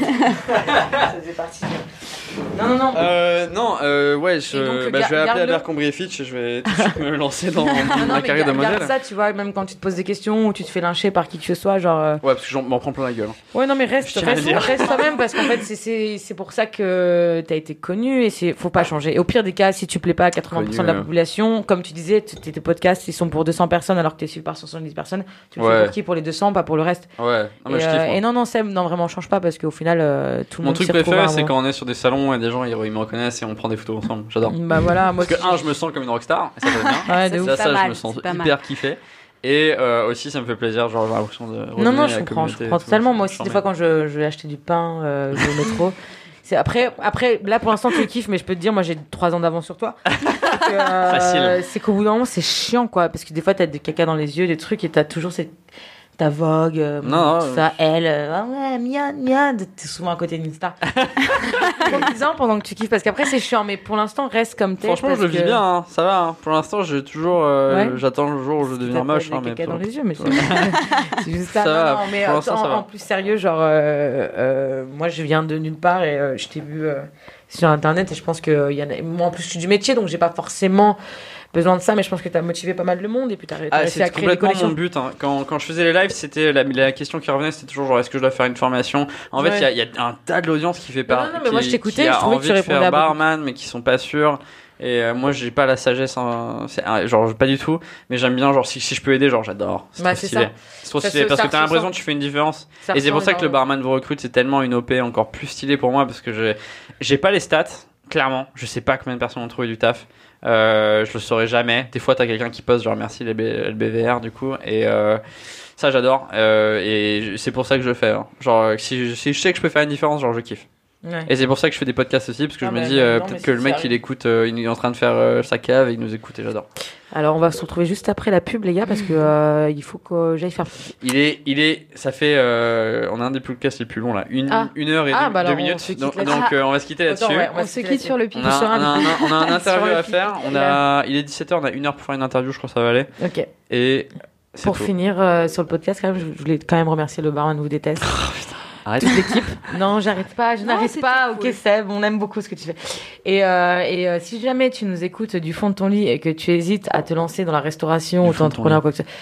Ça faisait partie de... Non, non, non. Euh, non, euh, ouais, je, Et donc, bah, je vais garde- appeler garde-le. Abercrombie Fitch et je vais tout de suite me lancer dans Non, ma non, mais carrière de garde, garde modèle. ça, tu vois, même quand tu te poses des questions ou tu te fais lyncher par qui que ce soit, genre. euh, Ouais, parce que j'en m'en prends plein la gueule. Ouais, non, mais reste, Je tiens à reste, dire. reste toi-même parce qu'en fait, c'est, c'est, c'est pour ça que t'as été connu et c'est, faut pas changer. Et au pire des cas, si tu plais pas à quatre-vingts pour cent de la Connu, euh. population, comme tu disais, t- tes tes podcasts, ils sont pour deux cents personnes alors que t'es suivi par soixante-dix personnes. Tu le Ouais. fais pour qui? Pour les deux cents, pas pour le reste. Ouais, non, mais et, je euh, kiffe. moi. et non, non, Seb, non, vraiment, change pas parce qu'au final, euh, tout le Mon monde truc s'y retrouve à préféré, un c'est moment. quand on est sur des salons et des gens ils, ils me reconnaissent et on prend des photos ensemble. J'adore. Bah voilà, moi Parce que, aussi. un, je me sens comme une rockstar, et ça va bien. Ouais, de Ça, ouf. Ça, c'est ça, pas je mal, me sens c'est pas mal. hyper kiffé. Et euh, aussi, ça me fait plaisir, genre, j'ai l'impression de. Non, redonner non, à je la comprends, je communauté et comprends tout. totalement. Moi aussi, J'en des ai- fois, quand je, je vais acheter du pain, euh, je vais au métro. C'est après, après, là, pour l'instant, tu le kiffes, mais je peux te dire, moi, j'ai trois ans d'avance sur toi. Donc, euh, Facile. C'est qu'au bout d'un moment, c'est chiant, quoi. Parce que des fois, t'as des caca dans les yeux, des trucs, et t'as toujours cette. Ta Vogue, euh, Non, tout non, ça, elle, euh, ah ouais, miad, miad. T'es souvent à côté d'une star. Profites-en pendant que tu kiffes, parce qu'aprjuste, c'est chiant, mais pour l'instant, reste comme t'es. Franchement, je le parce vis que- bien, hein. Ça va. hein. Pour l'instant, j'ai toujours. euh, Ouais. J'attends le jour où je T'as deviens pas moche. des hein, mais caca pour- dans les yeux, mais c'est Ouais. c'est juste ça. Ça non, va, non, mais pour euh, l'instant, en, ça va. en plus sérieux, genre, euh, euh, moi je viens de nulle part et euh, je t'ai vu euh, sur internet et je pense que il y en a. Moi en plus je suis du métier donc j'ai pas forcément besoin de ça, mais je pense que t'as motivé pas mal le monde et puis t'as, t'as Ah, réussi à c'est créer des complètement collections. mon but. hein. Quand, quand je faisais les lives, c'était la, la question qui revenait, c'était toujours genre est-ce que je dois faire une formation. En Ouais. fait, il y a- il y, a un tas de l'audience qui fait pas. non, non, mais qui, moi, je t'écoutais, qui a je trouvais que envie tu de répondais faire à beaucoup. barman, mais qui sont pas sûrs. Et euh, moi, j'ai pas la sagesse, hein, c'est, ah, genre pas du tout. Mais j'aime bien, genre si, si je peux aider, genre j'adore. C'est Bah, trop c'est stylé. ça. C'est trop Ça stylé se- parce ça que t'as ressent. l'impression que tu fais une différence. Ça Et c'est pour ressent ça que le énormément. barman vous recrute, c'est tellement une O P encore plus stylée pour moi parce que j'ai, j'ai pas les stats, clairement. Je sais pas combien de personnes ont trouvé du taf. Euh, je le saurai jamais. Des fois, t'as quelqu'un qui poste, genre merci les B- le B V R du coup. Et euh, ça, j'adore. Euh, et je- c'est pour ça que je le fais. hein. Genre, si je, si je sais que je peux faire une différence, genre je kiffe. Ouais. Et c'est pour ça que je fais des podcasts aussi parce que Ah, je me mais dis non, euh, non, mais peut-être que c'est le mec sérieux. il écoute, euh, il est en train de faire euh, sa cave et il nous écoute et j'adore. Alors on va se retrouver juste après la pub les gars parce que euh, il faut que j'aille faire. Il est, il est, ça fait, euh, on a un des podcasts les plus longs là, une, Ah. une heure et Ah, deux, bah alors, deux on minutes. se quitte Donc, là-dessus. donc, euh, on va se quitter là-dessus. Attends, ouais, On se quitte sur le On pied. a, on, a, on, a, on a un interview Sur le à faire. On a, il est dix-sept heures, on a une heure pour faire une interview, je crois que ça va aller. Ok. Et c'est Pour tout. finir euh, sur le podcast, quand même, je je voulais quand même remercier le barman vous déteste. Arrête. Toute l'équipe. Non, j'arrête pas, je Non, n'arrête c'était pas. cool. Ok, Seb, on aime beaucoup ce que tu fais. Et, euh, et euh, si jamais tu nous écoutes du fond de ton lit et que tu hésites à te lancer dans la restauration Du ou fond de ton t'entrepreneur ou quoi que ce soit,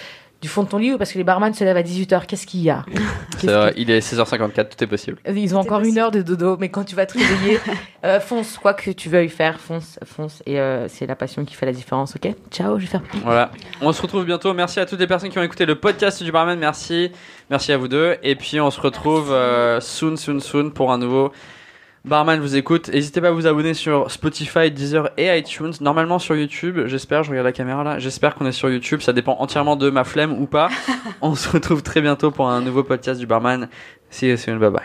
du fond de ton lit ou parce que les barman se lèvent à dix-huit heures. Qu'est-ce qu'il y a? C'est vrai, il est seize heures cinquante-quatre, tout est possible. Ils ont encore une heure de dodo, mais quand tu vas te réveiller, euh, fonce, quoi que tu veuilles faire, fonce, fonce. Et euh, c'est la passion qui fait la différence, ok? Ciao, je vais faire pipi. Voilà, on se retrouve bientôt. Merci à toutes les personnes qui ont écouté le podcast du barman. Merci, merci à vous deux. Et puis on se retrouve euh, soon, soon, soon pour un nouveau Barman vous écoute. N'hésitez pas à vous abonner sur Spotify, Deezer et iTunes. Normalement sur YouTube, j'espère, je regarde la caméra là, j'espère qu'on est sur YouTube. Ça dépend entièrement de ma flemme ou pas. On se retrouve très bientôt pour un nouveau podcast du Barman. See you soon, bye bye.